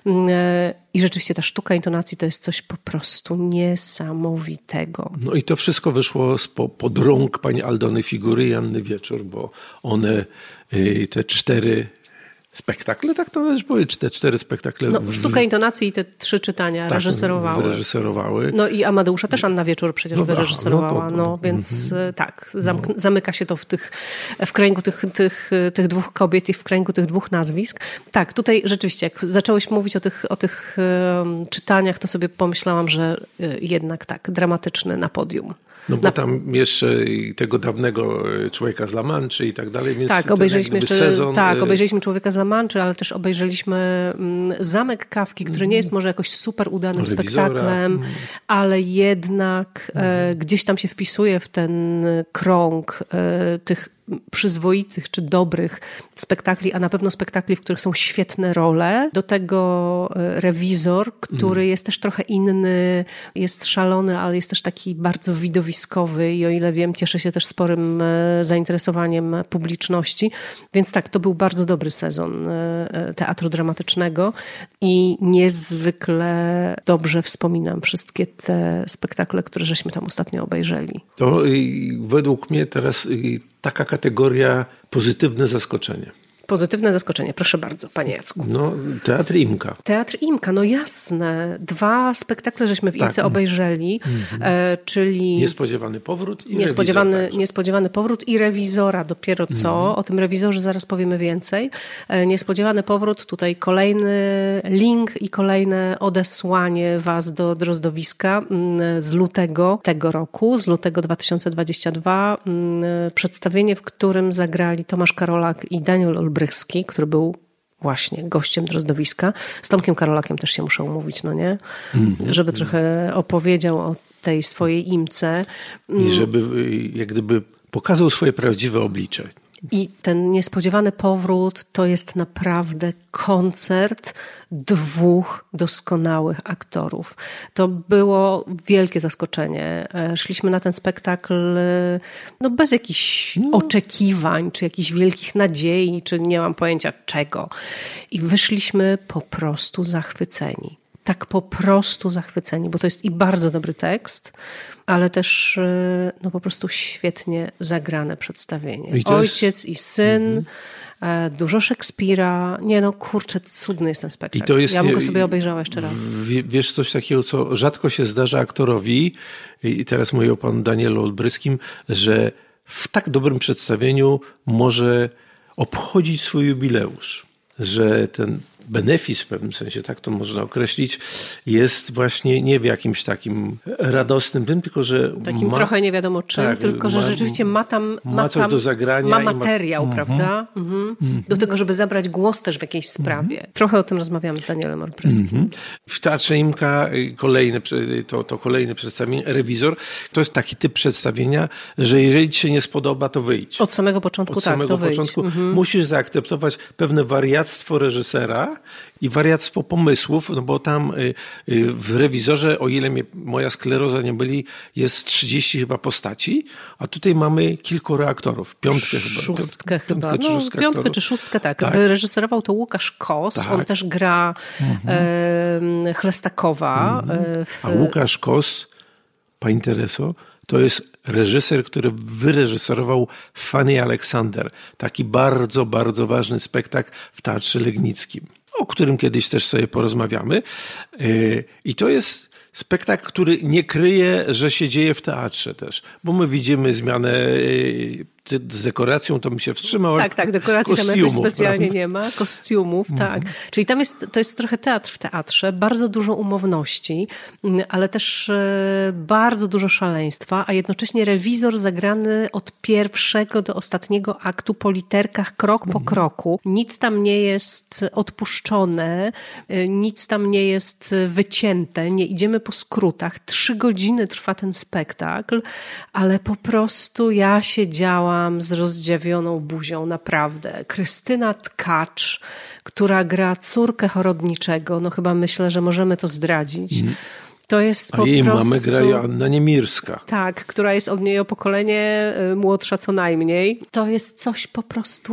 I rzeczywiście ta sztuka intonacji to jest coś po prostu niesamowitego. No i to wszystko wyszło spod rąk pani Aldony Figury i Anny Wieczór, bo one te 4 spektakle, tak to też powiedzieć, te 4 spektakle. Sztuka intonacji i te 3 czytania reżyserowały. No i Amadeusza też Anna Wieczór przecież wyreżyserowała. Więc tak, zamyka się to w kręgu tych 2 kobiet i w kręgu tych 2 nazwisk. Tak, tutaj rzeczywiście, jak zacząłeś mówić o tych czytaniach, to sobie pomyślałam, że jednak tak, dramatyczny na podium. No bo tam jeszcze tego dawnego Człowieka z La Manczy i tak dalej. Więc tak, obejrzeliśmy sezon. Tak, obejrzeliśmy Człowieka z La Manczy, ale też obejrzeliśmy Zamek Kafki, który nie jest może jakoś super udanym spektaklem, ale jednak gdzieś tam się wpisuje w ten krąg tych przyzwoitych czy dobrych spektakli, a na pewno spektakli, w których są świetne role. Do tego Rewizor, który jest też trochę inny, jest szalony, ale jest też taki bardzo widowiskowy i o ile wiem, cieszy się też sporym zainteresowaniem publiczności. Więc tak, to był bardzo dobry sezon teatru dramatycznego i niezwykle dobrze wspominam wszystkie te spektakle, które żeśmy tam ostatnio obejrzeli. To według mnie teraz taka kategoria pozytywne zaskoczenie. Pozytywne zaskoczenie, proszę bardzo, panie Jacku. No, Teatr Imka. Teatr Imka, no jasne. 2 spektakle żeśmy w Imce obejrzeli, czyli... Niespodziewany powrót i Niespodziewany powrót i Rewizora dopiero co. O tym Rewizorze zaraz powiemy więcej. Niespodziewany powrót, tutaj kolejny link i kolejne odesłanie was do Drozdowiska z lutego tego roku, z lutego 2022. Przedstawienie, w którym zagrali Tomasz Karolak i Daniel Olbrychski, który był właśnie gościem Drozdowiska. Z Tomkiem Karolakiem też się muszę umówić, no nie? Żeby trochę opowiedział o tej swojej Imce. I żeby jak gdyby pokazał swoje prawdziwe oblicze. I ten niespodziewany powrót to jest naprawdę koncert 2 doskonałych aktorów. To było wielkie zaskoczenie. Szliśmy na ten spektakl bez jakichś oczekiwań, czy jakichś wielkich nadziei, czy nie mam pojęcia czego. I wyszliśmy po prostu zachwyceni. Tak po prostu zachwyceni, bo to jest i bardzo dobry tekst, ale też po prostu świetnie zagrane przedstawienie. Ojciec i syn, dużo Szekspira. Cudny jest ten spektakl. Ja bym go sobie obejrzała jeszcze raz. Wiesz, coś takiego, co rzadko się zdarza aktorowi, i teraz mówię o panu Danielu Olbryskim, że w tak dobrym przedstawieniu może obchodzić swój jubileusz. Że ten benefis w pewnym sensie, tak to można określić, jest właśnie nie w jakimś takim radosnym tym, tylko że takim trochę nie wiadomo czym, tylko że rzeczywiście ma coś do zagrania. Ma materiał, prawda? Do tego, żeby zabrać głos też w jakiejś sprawie. Trochę o tym rozmawiamy z Danielem Olbryskim. W Teatrze Imka kolejne przedstawienie, Rewizor, to jest taki typ przedstawienia, że jeżeli ci się nie spodoba, to wyjdź. Od samego początku, musisz zaakceptować pewne wariactwo reżysera i wariactwo pomysłów, bo tam w Rewizorze, o ile moja skleroza nie byli, jest 30 chyba postaci, a tutaj mamy kilkoro aktorów. Szóstkę chyba. Piątkę czy szóstkę, tak. Wyreżyserował to Łukasz Kos, on też gra Chlestakowa. A Łukasz Kos, pani Tereso, to jest reżyser, który wyreżyserował Fanny Aleksander. Taki bardzo, bardzo ważny spektakl w Teatrze Legnickim, o którym kiedyś też sobie porozmawiamy. I to jest spektakl, który nie kryje, że się dzieje w teatrze też, bo my widzimy zmianę z dekoracją, to bym się wstrzymał. Tak, dekoracji tam jakoś specjalnie nie ma, kostiumów, tak. Czyli tam to jest trochę teatr w teatrze, bardzo dużo umowności, ale też bardzo dużo szaleństwa, a jednocześnie rewizor zagrany od pierwszego do ostatniego aktu po literkach, krok po kroku. Nic tam nie jest odpuszczone, nic tam nie jest wycięte, nie idziemy po skrótach. 3 godziny trwa ten spektakl, ale po prostu ja siedziałam z rozdziawioną buzią, naprawdę. Krystyna Tkacz, która gra córkę Chorodniczego, no chyba myślę, że możemy to zdradzić. To jest po jej prostu... mamę gra Joanna Niemirska. Tak, która jest od niej o pokolenie młodsza co najmniej. To jest coś po prostu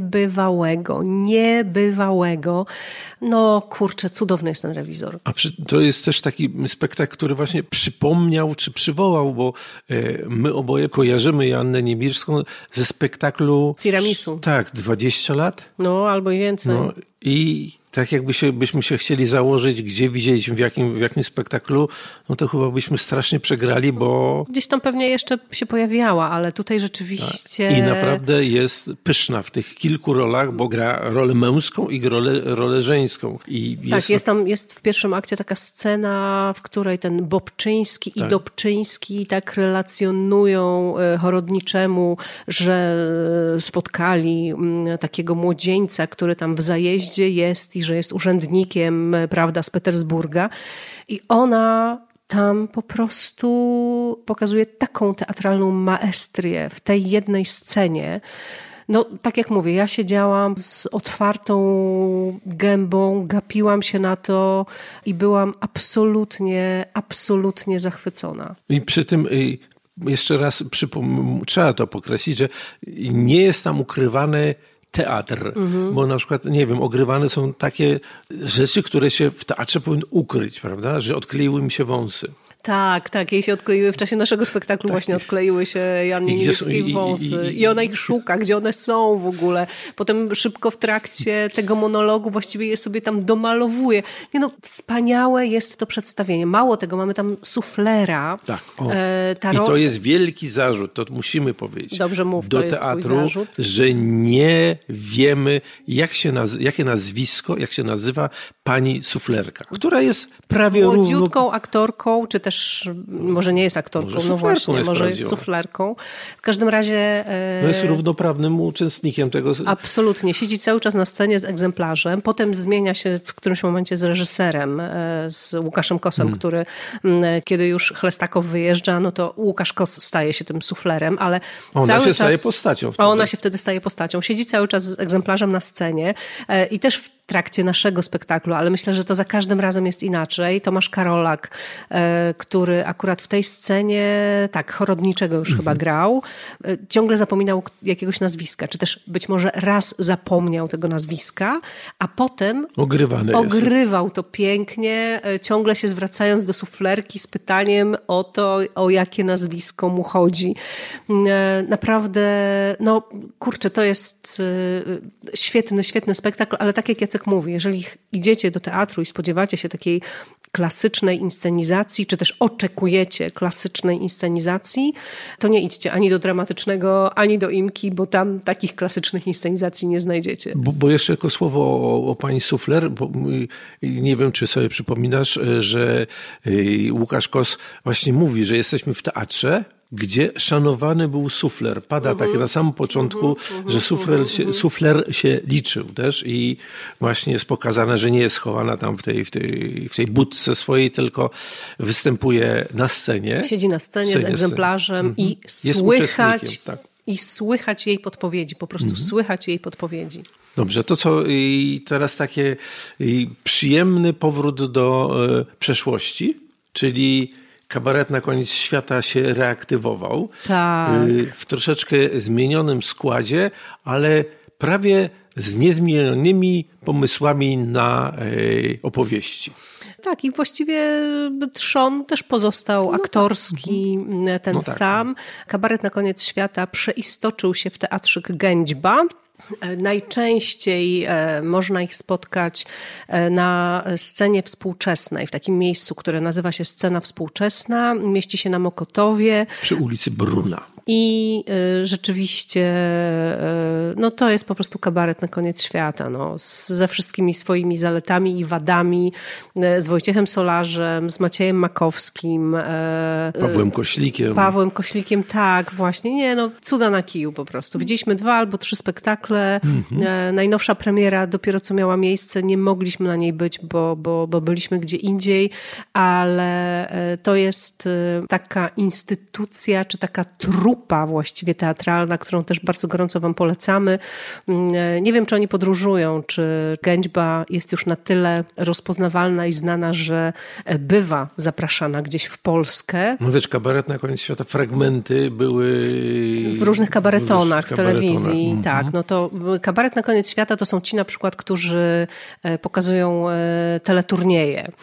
niebywałego. No kurczę, cudowny jest ten rewizor. To jest też taki spektakl, który właśnie przypomniał, czy przywołał, bo my oboje kojarzymy Joannę Niemirską ze spektaklu... Tiramisu. Tak, 20 lat? No, albo i więcej. No i tak byśmy się chcieli założyć, gdzie widzieliśmy, w jakim spektaklu, no to chyba byśmy strasznie przegrali, bo... Gdzieś tam pewnie jeszcze się pojawiała, ale tutaj rzeczywiście... Tak. I naprawdę jest pyszna w tych kilku rolach, bo gra rolę męską i rolę żeńską. Jest w pierwszym akcie taka scena, w której ten Bobczyński i Dobczyński tak relacjonują Chorodniczemu, że spotkali takiego młodzieńca, który tam w zajeździe jest i że jest urzędnikiem, prawda, z Petersburga. I ona tam po prostu pokazuje taką teatralną maestrię w tej jednej scenie. No, tak jak mówię, ja siedziałam z otwartą gębą, gapiłam się na to i byłam absolutnie zachwycona. I przy tym... Jeszcze raz trzeba to podkreślić, że nie jest tam ukrywany teatr, bo na przykład, nie wiem, ogrywane są takie rzeczy, które się w teatrze powinny ukryć, prawda, że odkleiły mi się wąsy. Tak, jej się odkleiły w czasie naszego spektaklu, właśnie odkleiły się Joannie Niemirskiej wąsy i ona ich szuka, gdzie one są w ogóle. Potem szybko w trakcie tego monologu właściwie je sobie tam domalowuje. Nie no, wspaniałe jest to przedstawienie. Mało tego, mamy tam suflera. Tak, i to jest wielki zarzut, to musimy powiedzieć. Dobrze mów, do to jest teatru, twój zarzut. że nie wiemy, jak się nazywa pani suflerka, która jest prawie młodziutką aktorką, czy też może nie jest aktorką, no właśnie, może jest suflerką. W każdym razie... No jest równoprawnym uczestnikiem tego. Absolutnie. Siedzi cały czas na scenie z egzemplarzem, potem zmienia się w którymś momencie z reżyserem, z Łukaszem Kosem, który kiedy już Chlestakow wyjeżdża, no to Łukasz Kos staje się tym suflerem, ale staje postacią wtedy. A ona się wtedy staje postacią. Siedzi cały czas z egzemplarzem na scenie i też w trakcie naszego spektaklu, ale myślę, że to za każdym razem jest inaczej. Tomasz Karolak, który akurat w tej scenie, Chorodniczego już chyba grał, ciągle zapominał jakiegoś nazwiska, czy też być może raz zapomniał tego nazwiska, a potem ogrywał to pięknie, ciągle się zwracając do suflerki z pytaniem o to, o jakie nazwisko mu chodzi. Naprawdę, no kurczę, to jest świetny spektakl, ale tak jak Jacek mówi, jeżeli idziecie do teatru i spodziewacie się takiej klasycznej inscenizacji, czy też oczekujecie klasycznej inscenizacji, to nie idźcie ani do dramatycznego, ani do Imki, bo tam takich klasycznych inscenizacji nie znajdziecie. Bo jeszcze tylko słowo o pani sufler, bo nie wiem, czy sobie przypominasz, że Łukasz Kos właśnie mówi, że jesteśmy w teatrze, gdzie szanowany był sufler. Pada takie na samym początku, że sufler się liczył też i właśnie jest pokazane, że nie jest schowana tam w tej budce swojej, tylko występuje na scenie. Siedzi na scenie z egzemplarzem i słychać jej podpowiedzi, po prostu słychać jej podpowiedzi. Dobrze, to co teraz taki przyjemny powrót do przeszłości, czyli kabaret na koniec świata się reaktywował. Tak. W troszeczkę zmienionym składzie, ale prawie z niezmienionymi pomysłami na opowieści. Tak, i właściwie trzon też pozostał aktorski, ten sam. Kabaret na koniec świata przeistoczył się w teatrzyk Gęćba. Najczęściej można ich spotkać na scenie współczesnej, w takim miejscu, które nazywa się Scena Współczesna. Mieści się na Mokotowie. Przy ulicy Bruna. I rzeczywiście no to jest po prostu kabaret na koniec świata. No, ze wszystkimi swoimi zaletami i wadami. Z Wojciechem Solarzem, z Maciejem Makowskim. Pawłem Koślikiem, tak, właśnie. Nie, no cuda na kiju po prostu. Widzieliśmy 2 albo 3 spektakle. Najnowsza premiera dopiero co miała miejsce. Nie mogliśmy na niej być, bo byliśmy gdzie indziej, ale to jest taka instytucja, czy taka trupa właściwie teatralna, którą też bardzo gorąco wam polecamy. Nie wiem, czy oni podróżują, czy Gęćba jest już na tyle rozpoznawalna i znana, że bywa zapraszana gdzieś w Polskę. No wiesz, kabaret na koniec świata, fragmenty były w różnych kabaretonach, w telewizji. Tak, no to kabaret na koniec świata to są ci na przykład, którzy pokazują teleturnieje.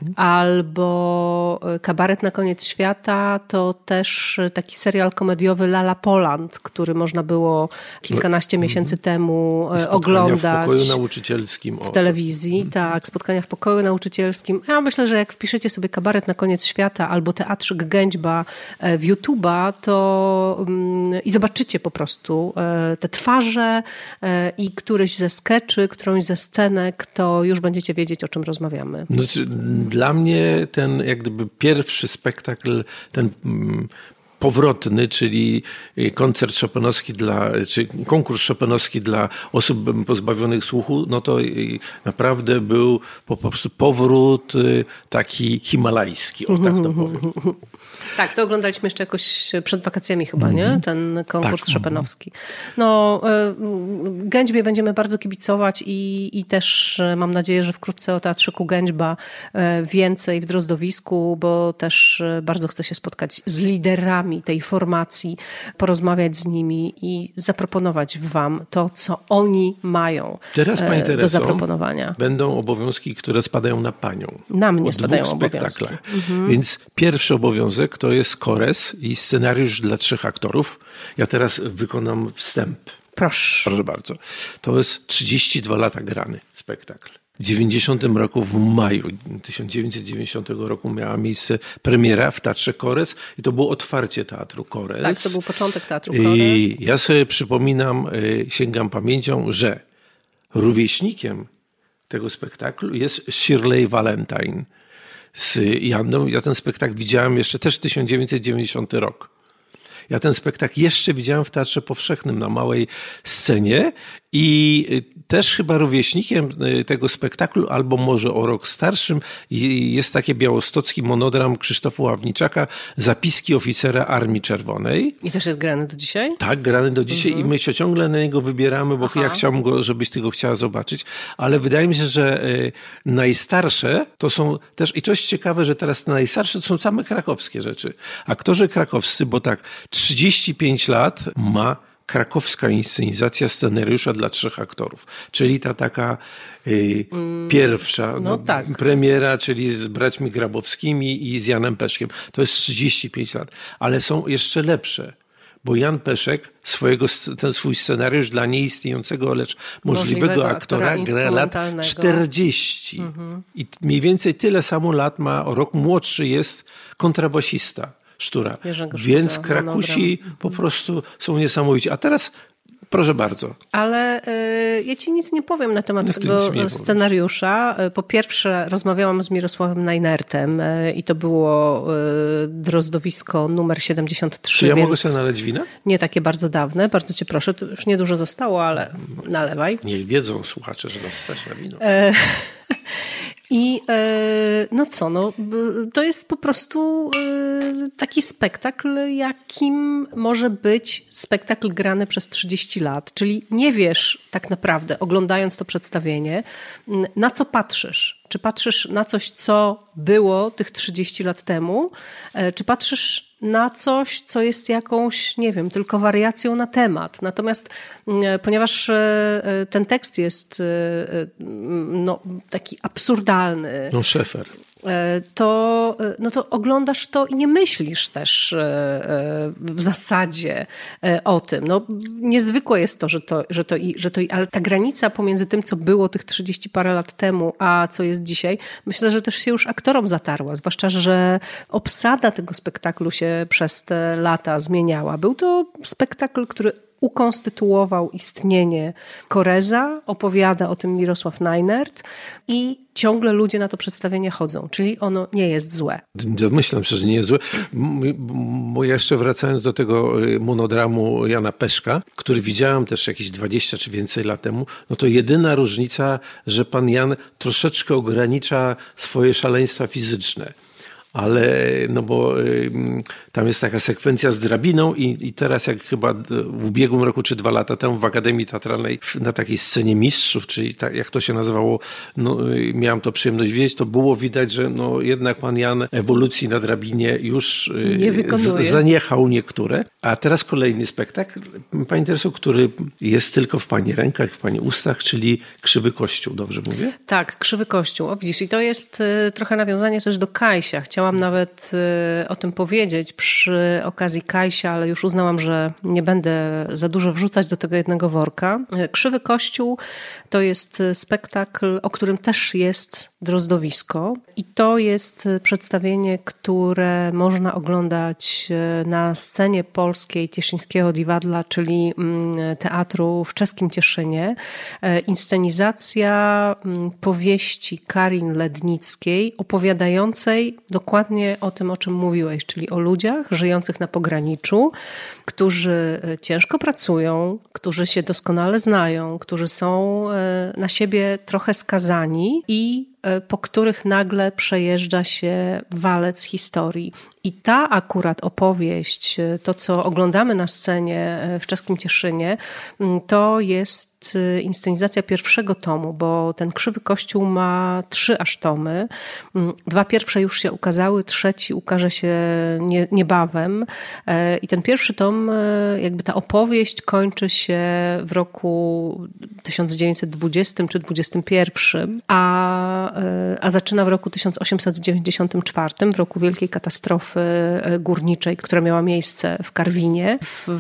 Albo kabaret na koniec świata to też taki serial komediowy Lala Poland, który można było kilkanaście miesięcy temu oglądać w pokoju nauczycielskim. W telewizji, tak, spotkania w pokoju nauczycielskim. Ja myślę, że jak wpiszecie sobie kabaret na koniec świata albo teatrzyk Gęćba w YouTube'a, to i zobaczycie po prostu te twarze i któryś ze skeczy, którąś ze scenek, to już będziecie wiedzieć, o czym rozmawiamy. Znaczy, dla mnie ten jak gdyby pierwszy spektakl, ten powrotny, czyli koncert chopinowski czy konkurs chopinowski dla osób pozbawionych słuchu, no to naprawdę był po prostu powrót taki himalajski, o tak to powiem. Tak, to oglądaliśmy jeszcze jakoś przed wakacjami chyba, nie? Ten konkurs chopinowski. No, Gęćbie będziemy bardzo kibicować i też mam nadzieję, że wkrótce o Teatrzyku Gęćba więcej w Drozdowisku, bo też bardzo chcę się spotkać z liderami tej formacji, porozmawiać z nimi i zaproponować wam to, co oni mają do zaproponowania. Będą obowiązki, które spadają na panią. Na mnie spadają obowiązki. Więc pierwszy obowiązek to jest chores i scenariusz dla 3 aktorów. Ja teraz wykonam wstęp. Proszę bardzo. To jest 32 lata grany spektakl. W 90 roku, w maju 1990 roku miała miejsce premiera w Teatrze Korec i to było otwarcie Teatru Korec. Tak, to był początek Teatru Korec. I ja sobie przypominam, sięgam pamięcią, że rówieśnikiem tego spektaklu jest Shirley Valentine z Janną. Ja ten spektakl widziałem jeszcze też 1990 rok. Ja ten spektakl jeszcze widziałem w Teatrze Powszechnym na małej scenie i też chyba rówieśnikiem tego spektaklu, albo może o rok starszym, jest taki białostocki monodram Krzysztofa Ławniczaka Zapiski oficera Armii Czerwonej. I też jest grany do dzisiaj? Tak, grany do dzisiaj i my się ciągle na niego wybieramy, bo ja chciałbym go, żebyś ty go chciała zobaczyć, ale wydaje mi się, że najstarsze to są też, i to jest ciekawe, że teraz te najstarsze to są same krakowskie rzeczy. Aktorzy krakowscy, bo tak 35 lat ma krakowska inscenizacja scenariusza dla 3 aktorów. Czyli ta taka pierwsza premiera, czyli z braćmi Grabowskimi i z Janem Peszkiem. To jest 35 lat. Ale są jeszcze lepsze. Bo Jan Peszek ten swój scenariusz dla nieistniejącego, lecz możliwego aktora gra lat 40. I mniej więcej tyle samo lat ma, o rok młodszy jest kontrabasista Sztura. Więc Krakusi po prostu są niesamowici. A teraz proszę bardzo. Ale ja ci nic nie powiem na temat tego scenariusza. Po pierwsze rozmawiałam z Mirosławem Najnertem i to było Drozdowisko numer 73. Czy ja mogę sobie naleć wina? Nie takie bardzo dawne. Bardzo cię proszę. To już niedużo zostało, ale nalewaj. Niech wiedzą słuchacze, że nas stać na wino. I no co, no to jest po prostu taki spektakl, jakim może być spektakl grany przez 30 lat. Czyli nie wiesz tak naprawdę, oglądając to przedstawienie, na co patrzysz. Czy patrzysz na coś, co było tych 30 lat temu, czy patrzysz na coś, co jest jakąś, nie wiem, tylko wariacją na temat. Natomiast ponieważ ten tekst jest taki absurdalny. No szefer. To oglądasz to i nie myślisz też w zasadzie o tym. No, niezwykłe jest to, ale ta granica pomiędzy tym, co było tych 30 parę lat temu, a co jest dzisiaj, myślę, że też się już aktorom zatarła, zwłaszcza, że obsada tego spektaklu się przez te lata zmieniała. Był to spektakl, który ukonstytuował istnienie Koreza, opowiada o tym Mirosław Najnert i ciągle ludzie na to przedstawienie chodzą, czyli ono nie jest złe. Domyślam się, że nie jest złe. Bo jeszcze wracając do tego monodramu Jana Peszka, który widziałem też jakieś 20 czy więcej lat temu, no to jedyna różnica, że pan Jan troszeczkę ogranicza swoje szaleństwa fizyczne. Ale, no bo tam jest taka sekwencja z drabiną i teraz jak chyba w ubiegłym roku czy 2 lata temu w Akademii Teatralnej na takiej scenie mistrzów, czyli tak, jak to się nazywało, no, miałem to przyjemność wiedzieć, to było widać, że no, jednak pan Jan ewolucji na drabinie już nie wykonuje. Zaniechał niektóre. A teraz kolejny spektakl, pani Tereso, który jest tylko w pani rękach, w pani ustach, czyli Krzywy Kościół, dobrze mówię? Tak, Krzywy Kościół. O, widzisz, i to jest trochę nawiązanie też do Kajsia. Chciałam nawet o tym powiedzieć przy okazji Kajsia, ale już uznałam, że nie będę za dużo wrzucać do tego jednego worka. Krzywy Kościół to jest spektakl, o którym też jest drozdowisko i to jest przedstawienie, które można oglądać na scenie polskiej Cieszyńskiego Divadla, czyli teatru w czeskim Cieszynie. Inscenizacja powieści Karin Lednickiej opowiadającej dokładnie o tym, o czym mówiłeś, czyli o ludziach żyjących na pograniczu, którzy ciężko pracują, którzy się doskonale znają, którzy są na siebie trochę skazani i po których nagle przejeżdża się walec historii. I ta akurat opowieść, to co oglądamy na scenie w czeskim Cieszynie, to jest inscenizacja pierwszego tomu, bo ten Krzywy Kościół ma 3 aż tomy. 2 pierwsze już się ukazały, 3 ukaże się niebawem. I ten pierwszy tom, jakby ta opowieść kończy się w roku 1920 czy 1921, a zaczyna w roku 1894, w roku wielkiej katastrofy górniczej, która miała miejsce w Karwinie,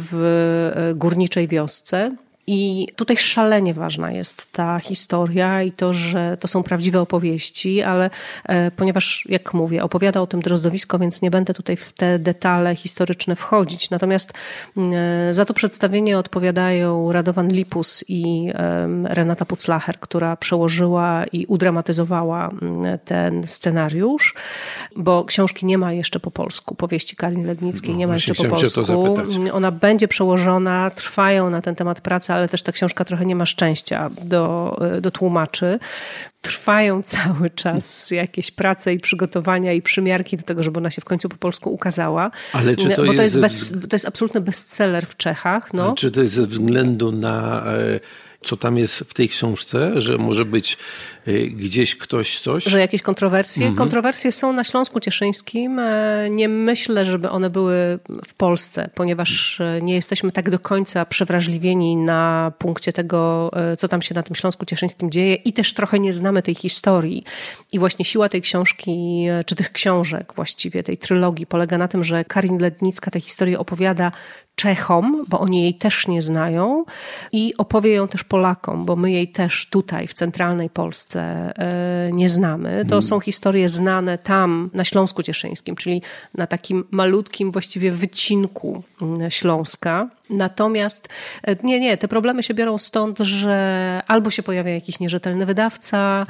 w górniczej wiosce. I tutaj szalenie ważna jest ta historia i to, że to są prawdziwe opowieści, ale ponieważ, jak mówię, opowiada o tym drozdowisko, więc nie będę tutaj w te detale historyczne wchodzić. Natomiast za to przedstawienie odpowiadają Radovan Lipus i Renata Puclacher, która przełożyła i udramatyzowała ten scenariusz, bo książki nie ma jeszcze po polsku. Powieści Karin Lednickiej nie ma jeszcze po polsku. Ona będzie przełożona, trwają na ten temat prace, ale też ta książka trochę nie ma szczęścia do tłumaczy. Trwają cały czas jakieś prace i przygotowania i przymiarki do tego, żeby ona się w końcu po polsku ukazała. Ale czy to to jest absolutny bestseller w Czechach. No. Czy to jest ze względu na co tam jest w tej książce, że może być gdzieś ktoś coś? Że jakieś kontrowersje? Mhm. Kontrowersje są na Śląsku Cieszyńskim. Nie myślę, żeby one były w Polsce, ponieważ nie jesteśmy tak do końca przewrażliwieni na punkcie tego, co tam się na tym Śląsku Cieszyńskim dzieje i też trochę nie znamy tej historii. I właśnie siła tej książki, czy tych książek właściwie, tej trylogii polega na tym, że Karin Lednicka tę historię opowiada Czechom, bo oni jej też nie znają i opowie ją też Polakom, bo my jej też tutaj w centralnej Polsce nie znamy. To są historie znane tam na Śląsku Cieszyńskim, czyli na takim malutkim właściwie wycinku Śląska. Natomiast te problemy się biorą stąd, że albo się pojawia jakiś nierzetelny wydawca,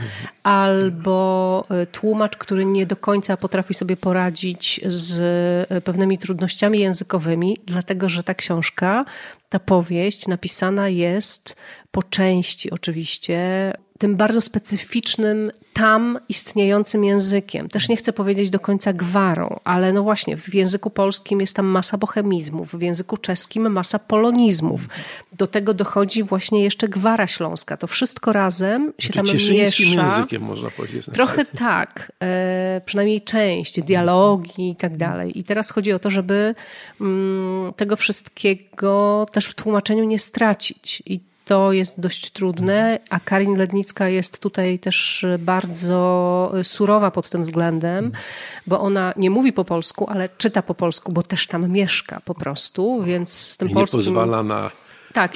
albo tłumacz, który nie do końca potrafi sobie poradzić z pewnymi trudnościami językowymi, dlatego że ta książka, ta powieść napisana jest po części oczywiście tym bardzo specyficznym tam istniejącym językiem. Też nie chcę powiedzieć do końca gwarą, ale no właśnie w języku polskim jest tam masa bohemizmów, w języku czeskim masa polonizmów. Do tego dochodzi właśnie jeszcze gwara śląska. To wszystko razem się tam miesza. Językiem można powiedzieć. Trochę tak. Przynajmniej część, dialogi i tak dalej. I teraz chodzi o to, żeby tego wszystkiego też w tłumaczeniu nie stracić. I to jest dość trudne, a Karin Lednicka jest tutaj też bardzo surowa pod tym względem, bo ona nie mówi po polsku, ale czyta po polsku, bo też tam mieszka po prostu, więc z tym polskim... Nie pozwala na tak,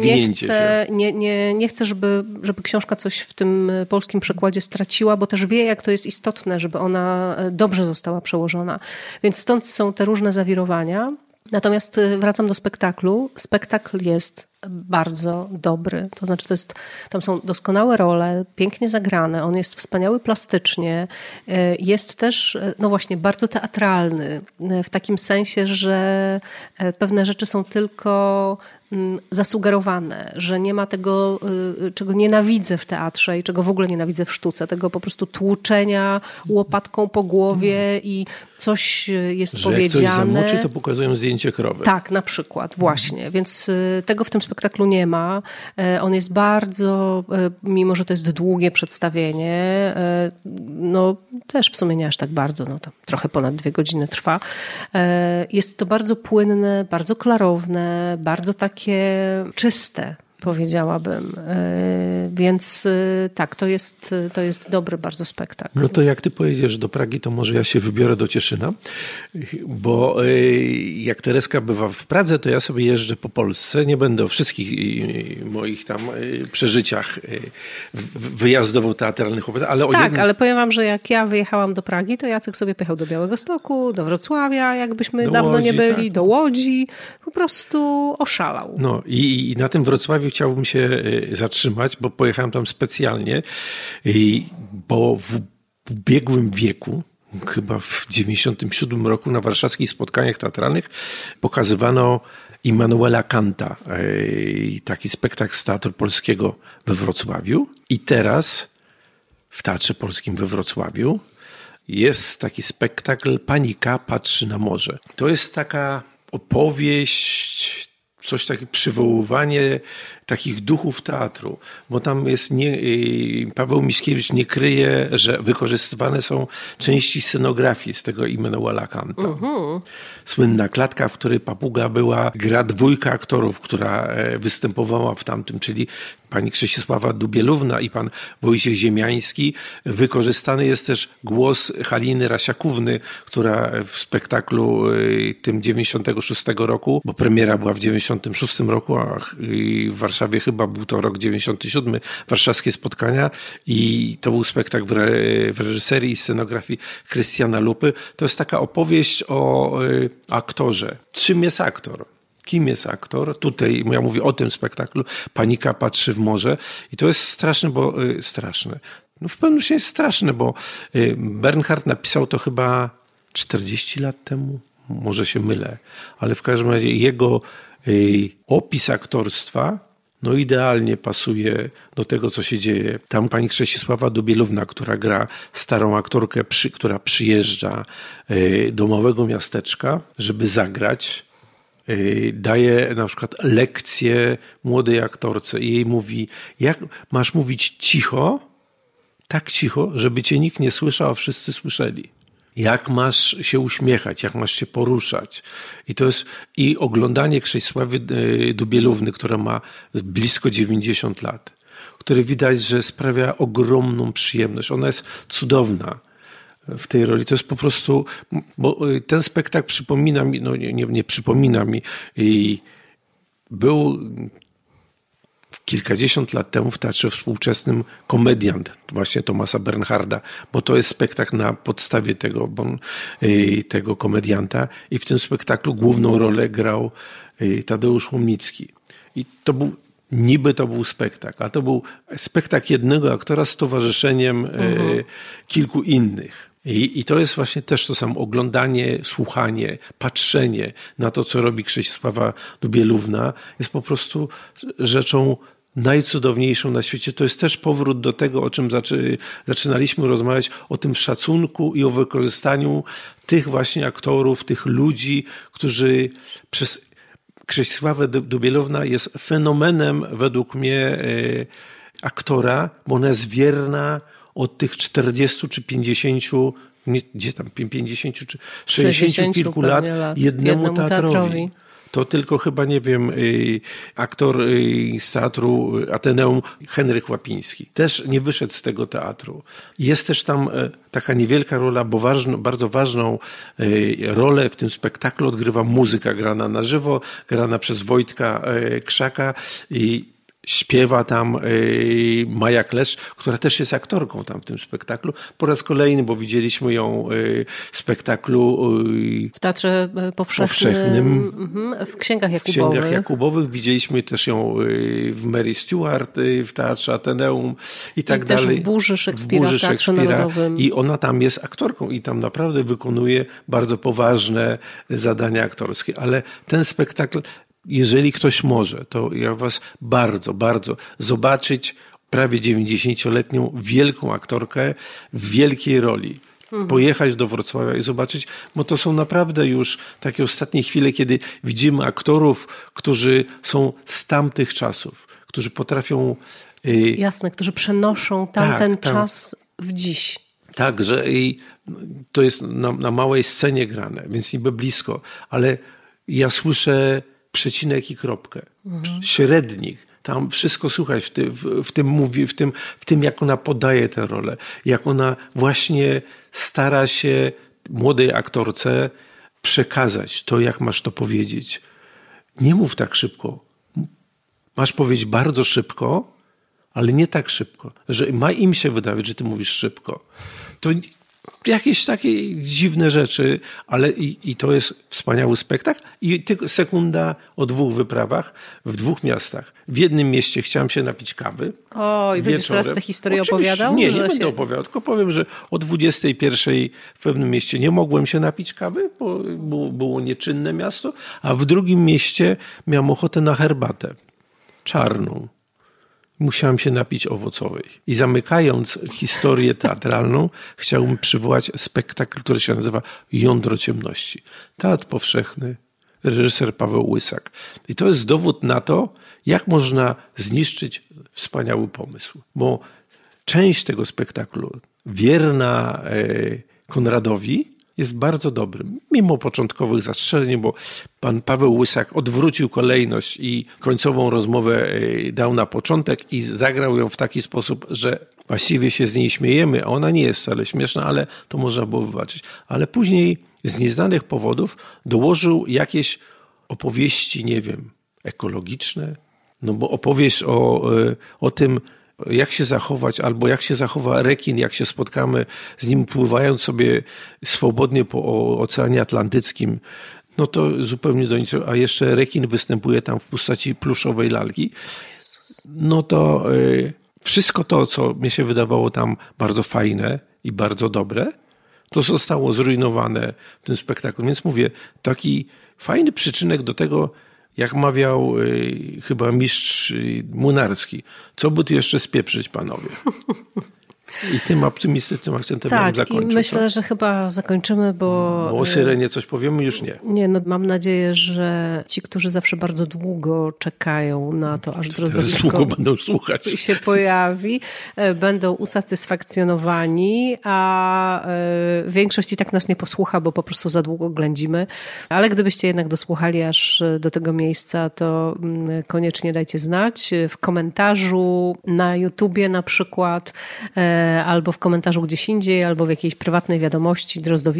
nie chcę, żeby książka coś w tym polskim przekładzie straciła, bo też wie, jak to jest istotne, żeby ona dobrze została przełożona. Więc stąd są te różne zawirowania. Natomiast wracam do spektaklu. Spektakl jest bardzo dobry. To znaczy, tam są doskonałe role, pięknie zagrane. On jest wspaniały plastycznie. Jest też, no właśnie, bardzo teatralny. W takim sensie, że pewne rzeczy są tylko zasugerowane, że nie ma tego, czego nienawidzę w teatrze i czego w ogóle nienawidzę w sztuce, tego po prostu tłuczenia łopatką po głowie i coś jest że powiedziane. Jak coś zamoczy, to pokazują zdjęcie krowy. Tak, na przykład, właśnie. Więc tego w tym spektaklu nie ma. On jest bardzo, mimo że to jest długie przedstawienie, no też w sumie nie aż tak bardzo, no to trochę ponad 2 godziny trwa. Jest to bardzo płynne, bardzo klarowne, bardzo takie czyste, powiedziałabym. Więc tak, to jest dobry bardzo spektakl. No to jak ty pojedziesz do Pragi, to może ja się wybiorę do Cieszyna, bo jak Tereska bywa w Pradze, to ja sobie jeżdżę po Polsce. Nie będę o wszystkich moich tam przeżyciach wyjazdowo-teatralnych opowiadał, ale ale powiem wam, że jak ja wyjechałam do Pragi, to Jacek sobie pojechał do Białegostoku, do Wrocławia, jakbyśmy dawno Łodzi, nie byli, tak. Do Łodzi. Po prostu oszalał. No i na tym Wrocławiu chciałbym się zatrzymać, bo pojechałem tam specjalnie, bo w ubiegłym wieku, chyba w 97 roku na warszawskich spotkaniach teatralnych pokazywano Immanuela Kanta, taki spektakl z Teatru Polskiego we Wrocławiu. I teraz w Teatrze Polskim we Wrocławiu jest taki spektakl Panika patrzy na morze. To jest taka opowieść, coś takiego, przywoływanie takich duchów teatru, bo tam jest Paweł Miśkiewicz nie kryje, że wykorzystywane są części scenografii z tego Immanuela Kanta. Słynna klatka, w której papuga gra 2 aktorów, która występowała w tamtym, czyli pani Krzesisława Dubielówna i pan Wojciech Ziemiański. Wykorzystany jest też głos Haliny Rasiakówny, która w spektaklu tym 96 roku, bo premiera była w 96 roku, a w Warszawie chyba był to rok 97, warszawskie spotkania i to był spektakl w reżyserii i scenografii Krystiana Lupy. To jest taka opowieść o aktorze. Czym jest aktor? Kim jest aktor? Tutaj ja mówię o tym spektaklu. Panika patrzy w morze. I to jest straszne, bo straszne. No w pewnym sensie jest straszne, bo Bernhard napisał to chyba 40 lat temu. Może się mylę. Ale w każdym razie jego opis aktorstwa no idealnie pasuje do tego, co się dzieje. Tam pani Krzesisława Dubielówna, która gra starą aktorkę, która przyjeżdża do małego miasteczka, żeby zagrać, daje na przykład lekcję młodej aktorce i jej mówi, jak masz mówić cicho, tak cicho, żeby cię nikt nie słyszał, a wszyscy słyszeli. Jak masz się uśmiechać, jak masz się poruszać. I oglądanie Krzesisławy Dubielówny, która ma blisko 90 lat, który widać, że sprawia ogromną przyjemność. Ona jest cudowna w tej roli. To jest po prostu, bo ten spektakl przypomina mi, no nie przypomina mi, był kilkadziesiąt lat temu w Teatrze Współczesnym Komediant właśnie Thomasa Bernharda, bo to jest spektakl na podstawie tego komedianta i w tym spektaklu główną rolę grał Tadeusz Łomnicki. I to był spektakl, a to był spektakl jednego aktora z towarzyszeniem kilku innych. I to jest właśnie też to samo oglądanie, słuchanie, patrzenie na to, co robi Krzesisława Dubielówna, jest po prostu rzeczą najcudowniejszą na świecie. To jest też powrót do tego, o czym zaczynaliśmy rozmawiać, o tym szacunku i o wykorzystaniu tych właśnie aktorów, tych ludzi, którzy Krześsława Dubielowna jest fenomenem według mnie aktora, bo ona jest wierna od tych 40 czy 50, gdzie tam 50 czy 60 kilku lat jednemu teatrowi. To tylko chyba, nie wiem, aktor z teatru Ateneum Henryk Łapiński. Też nie wyszedł z tego teatru. Jest też tam taka niewielka rola, bo bardzo ważną rolę w tym spektaklu odgrywa muzyka grana na żywo, grana przez Wojtka Krzaka i śpiewa tam Maja Klesz, która też jest aktorką tam w tym spektaklu. Po raz kolejny, bo widzieliśmy ją w spektaklu w Teatrze Powszechnym. W Księgach Jakubowych. W Księgach Jakubowych. Widzieliśmy też ją w Mary Stuart, w Teatrze Ateneum i tak dalej. I też w Burzy Szekspira, w Teatrze Narodowym. I ona tam jest aktorką i tam naprawdę wykonuje bardzo poważne zadania aktorskie. Ale ten spektakl, jeżeli ktoś może, to ja was bardzo, bardzo zobaczyć prawie 90-letnią wielką aktorkę w wielkiej roli. Pojechać do Wrocławia i zobaczyć, bo to są naprawdę już takie ostatnie chwile, kiedy widzimy aktorów, którzy są z tamtych czasów, którzy potrafią... Jasne, którzy przenoszą tamten czas w dziś. Tak, że to jest na małej scenie grane, więc niby blisko, ale ja słyszę przecinek i kropkę, średnik. Tam wszystko słychać w tym mówi, w tym, jak ona podaje tę rolę, jak ona właśnie stara się młodej aktorce przekazać to, jak masz to powiedzieć. Nie mów tak szybko. Masz powiedzieć bardzo szybko, ale nie tak szybko, że ma im się wydawać, że ty mówisz szybko. To jakieś takie dziwne rzeczy, ale i to jest wspaniały spektakl. I tylko sekunda o 2 wyprawach w 2 miastach. W jednym mieście chciałem się napić kawy. O, i będziesz teraz tę historię opowiadał? Nie będę opowiadał, tylko powiem, że o 21:00 w pewnym mieście nie mogłem się napić kawy, bo było nieczynne miasto, a w drugim mieście miałem ochotę na herbatę czarną. Musiałem się napić owocowej. I zamykając historię teatralną, chciałbym przywołać spektakl, który się nazywa Jądro ciemności. Teatr Powszechny, reżyser Paweł Łysak. I to jest dowód na to, jak można zniszczyć wspaniały pomysł. Bo część tego spektaklu, wierna Konradowi, jest bardzo dobrym, mimo początkowych zastrzeżeń, bo pan Paweł Łysak odwrócił kolejność i końcową rozmowę dał na początek i zagrał ją w taki sposób, że właściwie się z niej śmiejemy, a ona nie jest wcale śmieszna, ale to można było wybaczyć. Ale później z nieznanych powodów dołożył jakieś opowieści, nie wiem, ekologiczne, no bo opowieść o tym, jak się zachować, albo jak się zachowa rekin, jak się spotkamy z nim pływając sobie swobodnie po Oceanie Atlantyckim, no to zupełnie do niczego. A jeszcze rekin występuje tam w postaci pluszowej lalki. No to wszystko to, co mi się wydawało tam bardzo fajne i bardzo dobre, to zostało zrujnowane w tym spektaklu. Więc mówię, taki fajny przyczynek do tego, jak mawiał chyba mistrz Młynarski. Co by tu jeszcze spieprzyć, panowie? I tym optymistycznym akcentem bym zakończył. Tak, i myślę, że chyba zakończymy, bo o Syrenie coś powiemy? Już nie. Nie, no mam nadzieję, że ci, którzy zawsze bardzo długo czekają na to, aż Drozdowicko długo będą słuchać, się pojawi, będą usatysfakcjonowani, a większość i tak nas nie posłucha, bo po prostu za długo ględzimy. Ale gdybyście jednak dosłuchali aż do tego miejsca, to koniecznie dajcie znać w komentarzu na YouTubie na przykład, albo w komentarzu gdzieś indziej, albo w jakiejś prywatnej wiadomości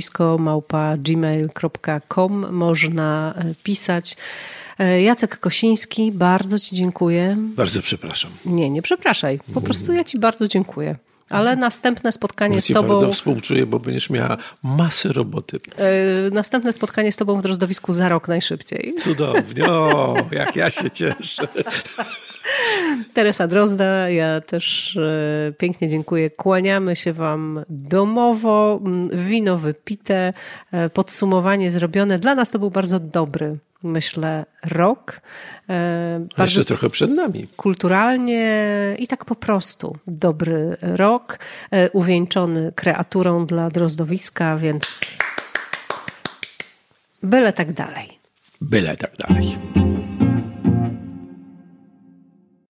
drozdowisko@gmail.com można pisać. Jacek Kosiński, bardzo ci dziękuję. Bardzo przepraszam. Nie przepraszaj. Po prostu ja ci bardzo dziękuję. Ale następne spotkanie z tobą... bardzo współczuję, bo będziesz miała masę roboty. Następne spotkanie z tobą w Drozdowisku za rok najszybciej. Cudownie. O, jak ja się cieszę. Teresa Drozda, ja też pięknie dziękuję. Kłaniamy się wam domowo, wino wypite, podsumowanie zrobione. Dla nas to był bardzo dobry myślę, rok. A jeszcze trochę przed nami. Kulturalnie i tak po prostu dobry rok, uwieńczony kreaturą dla Drozdowiska, więc byle tak dalej. Byle tak dalej.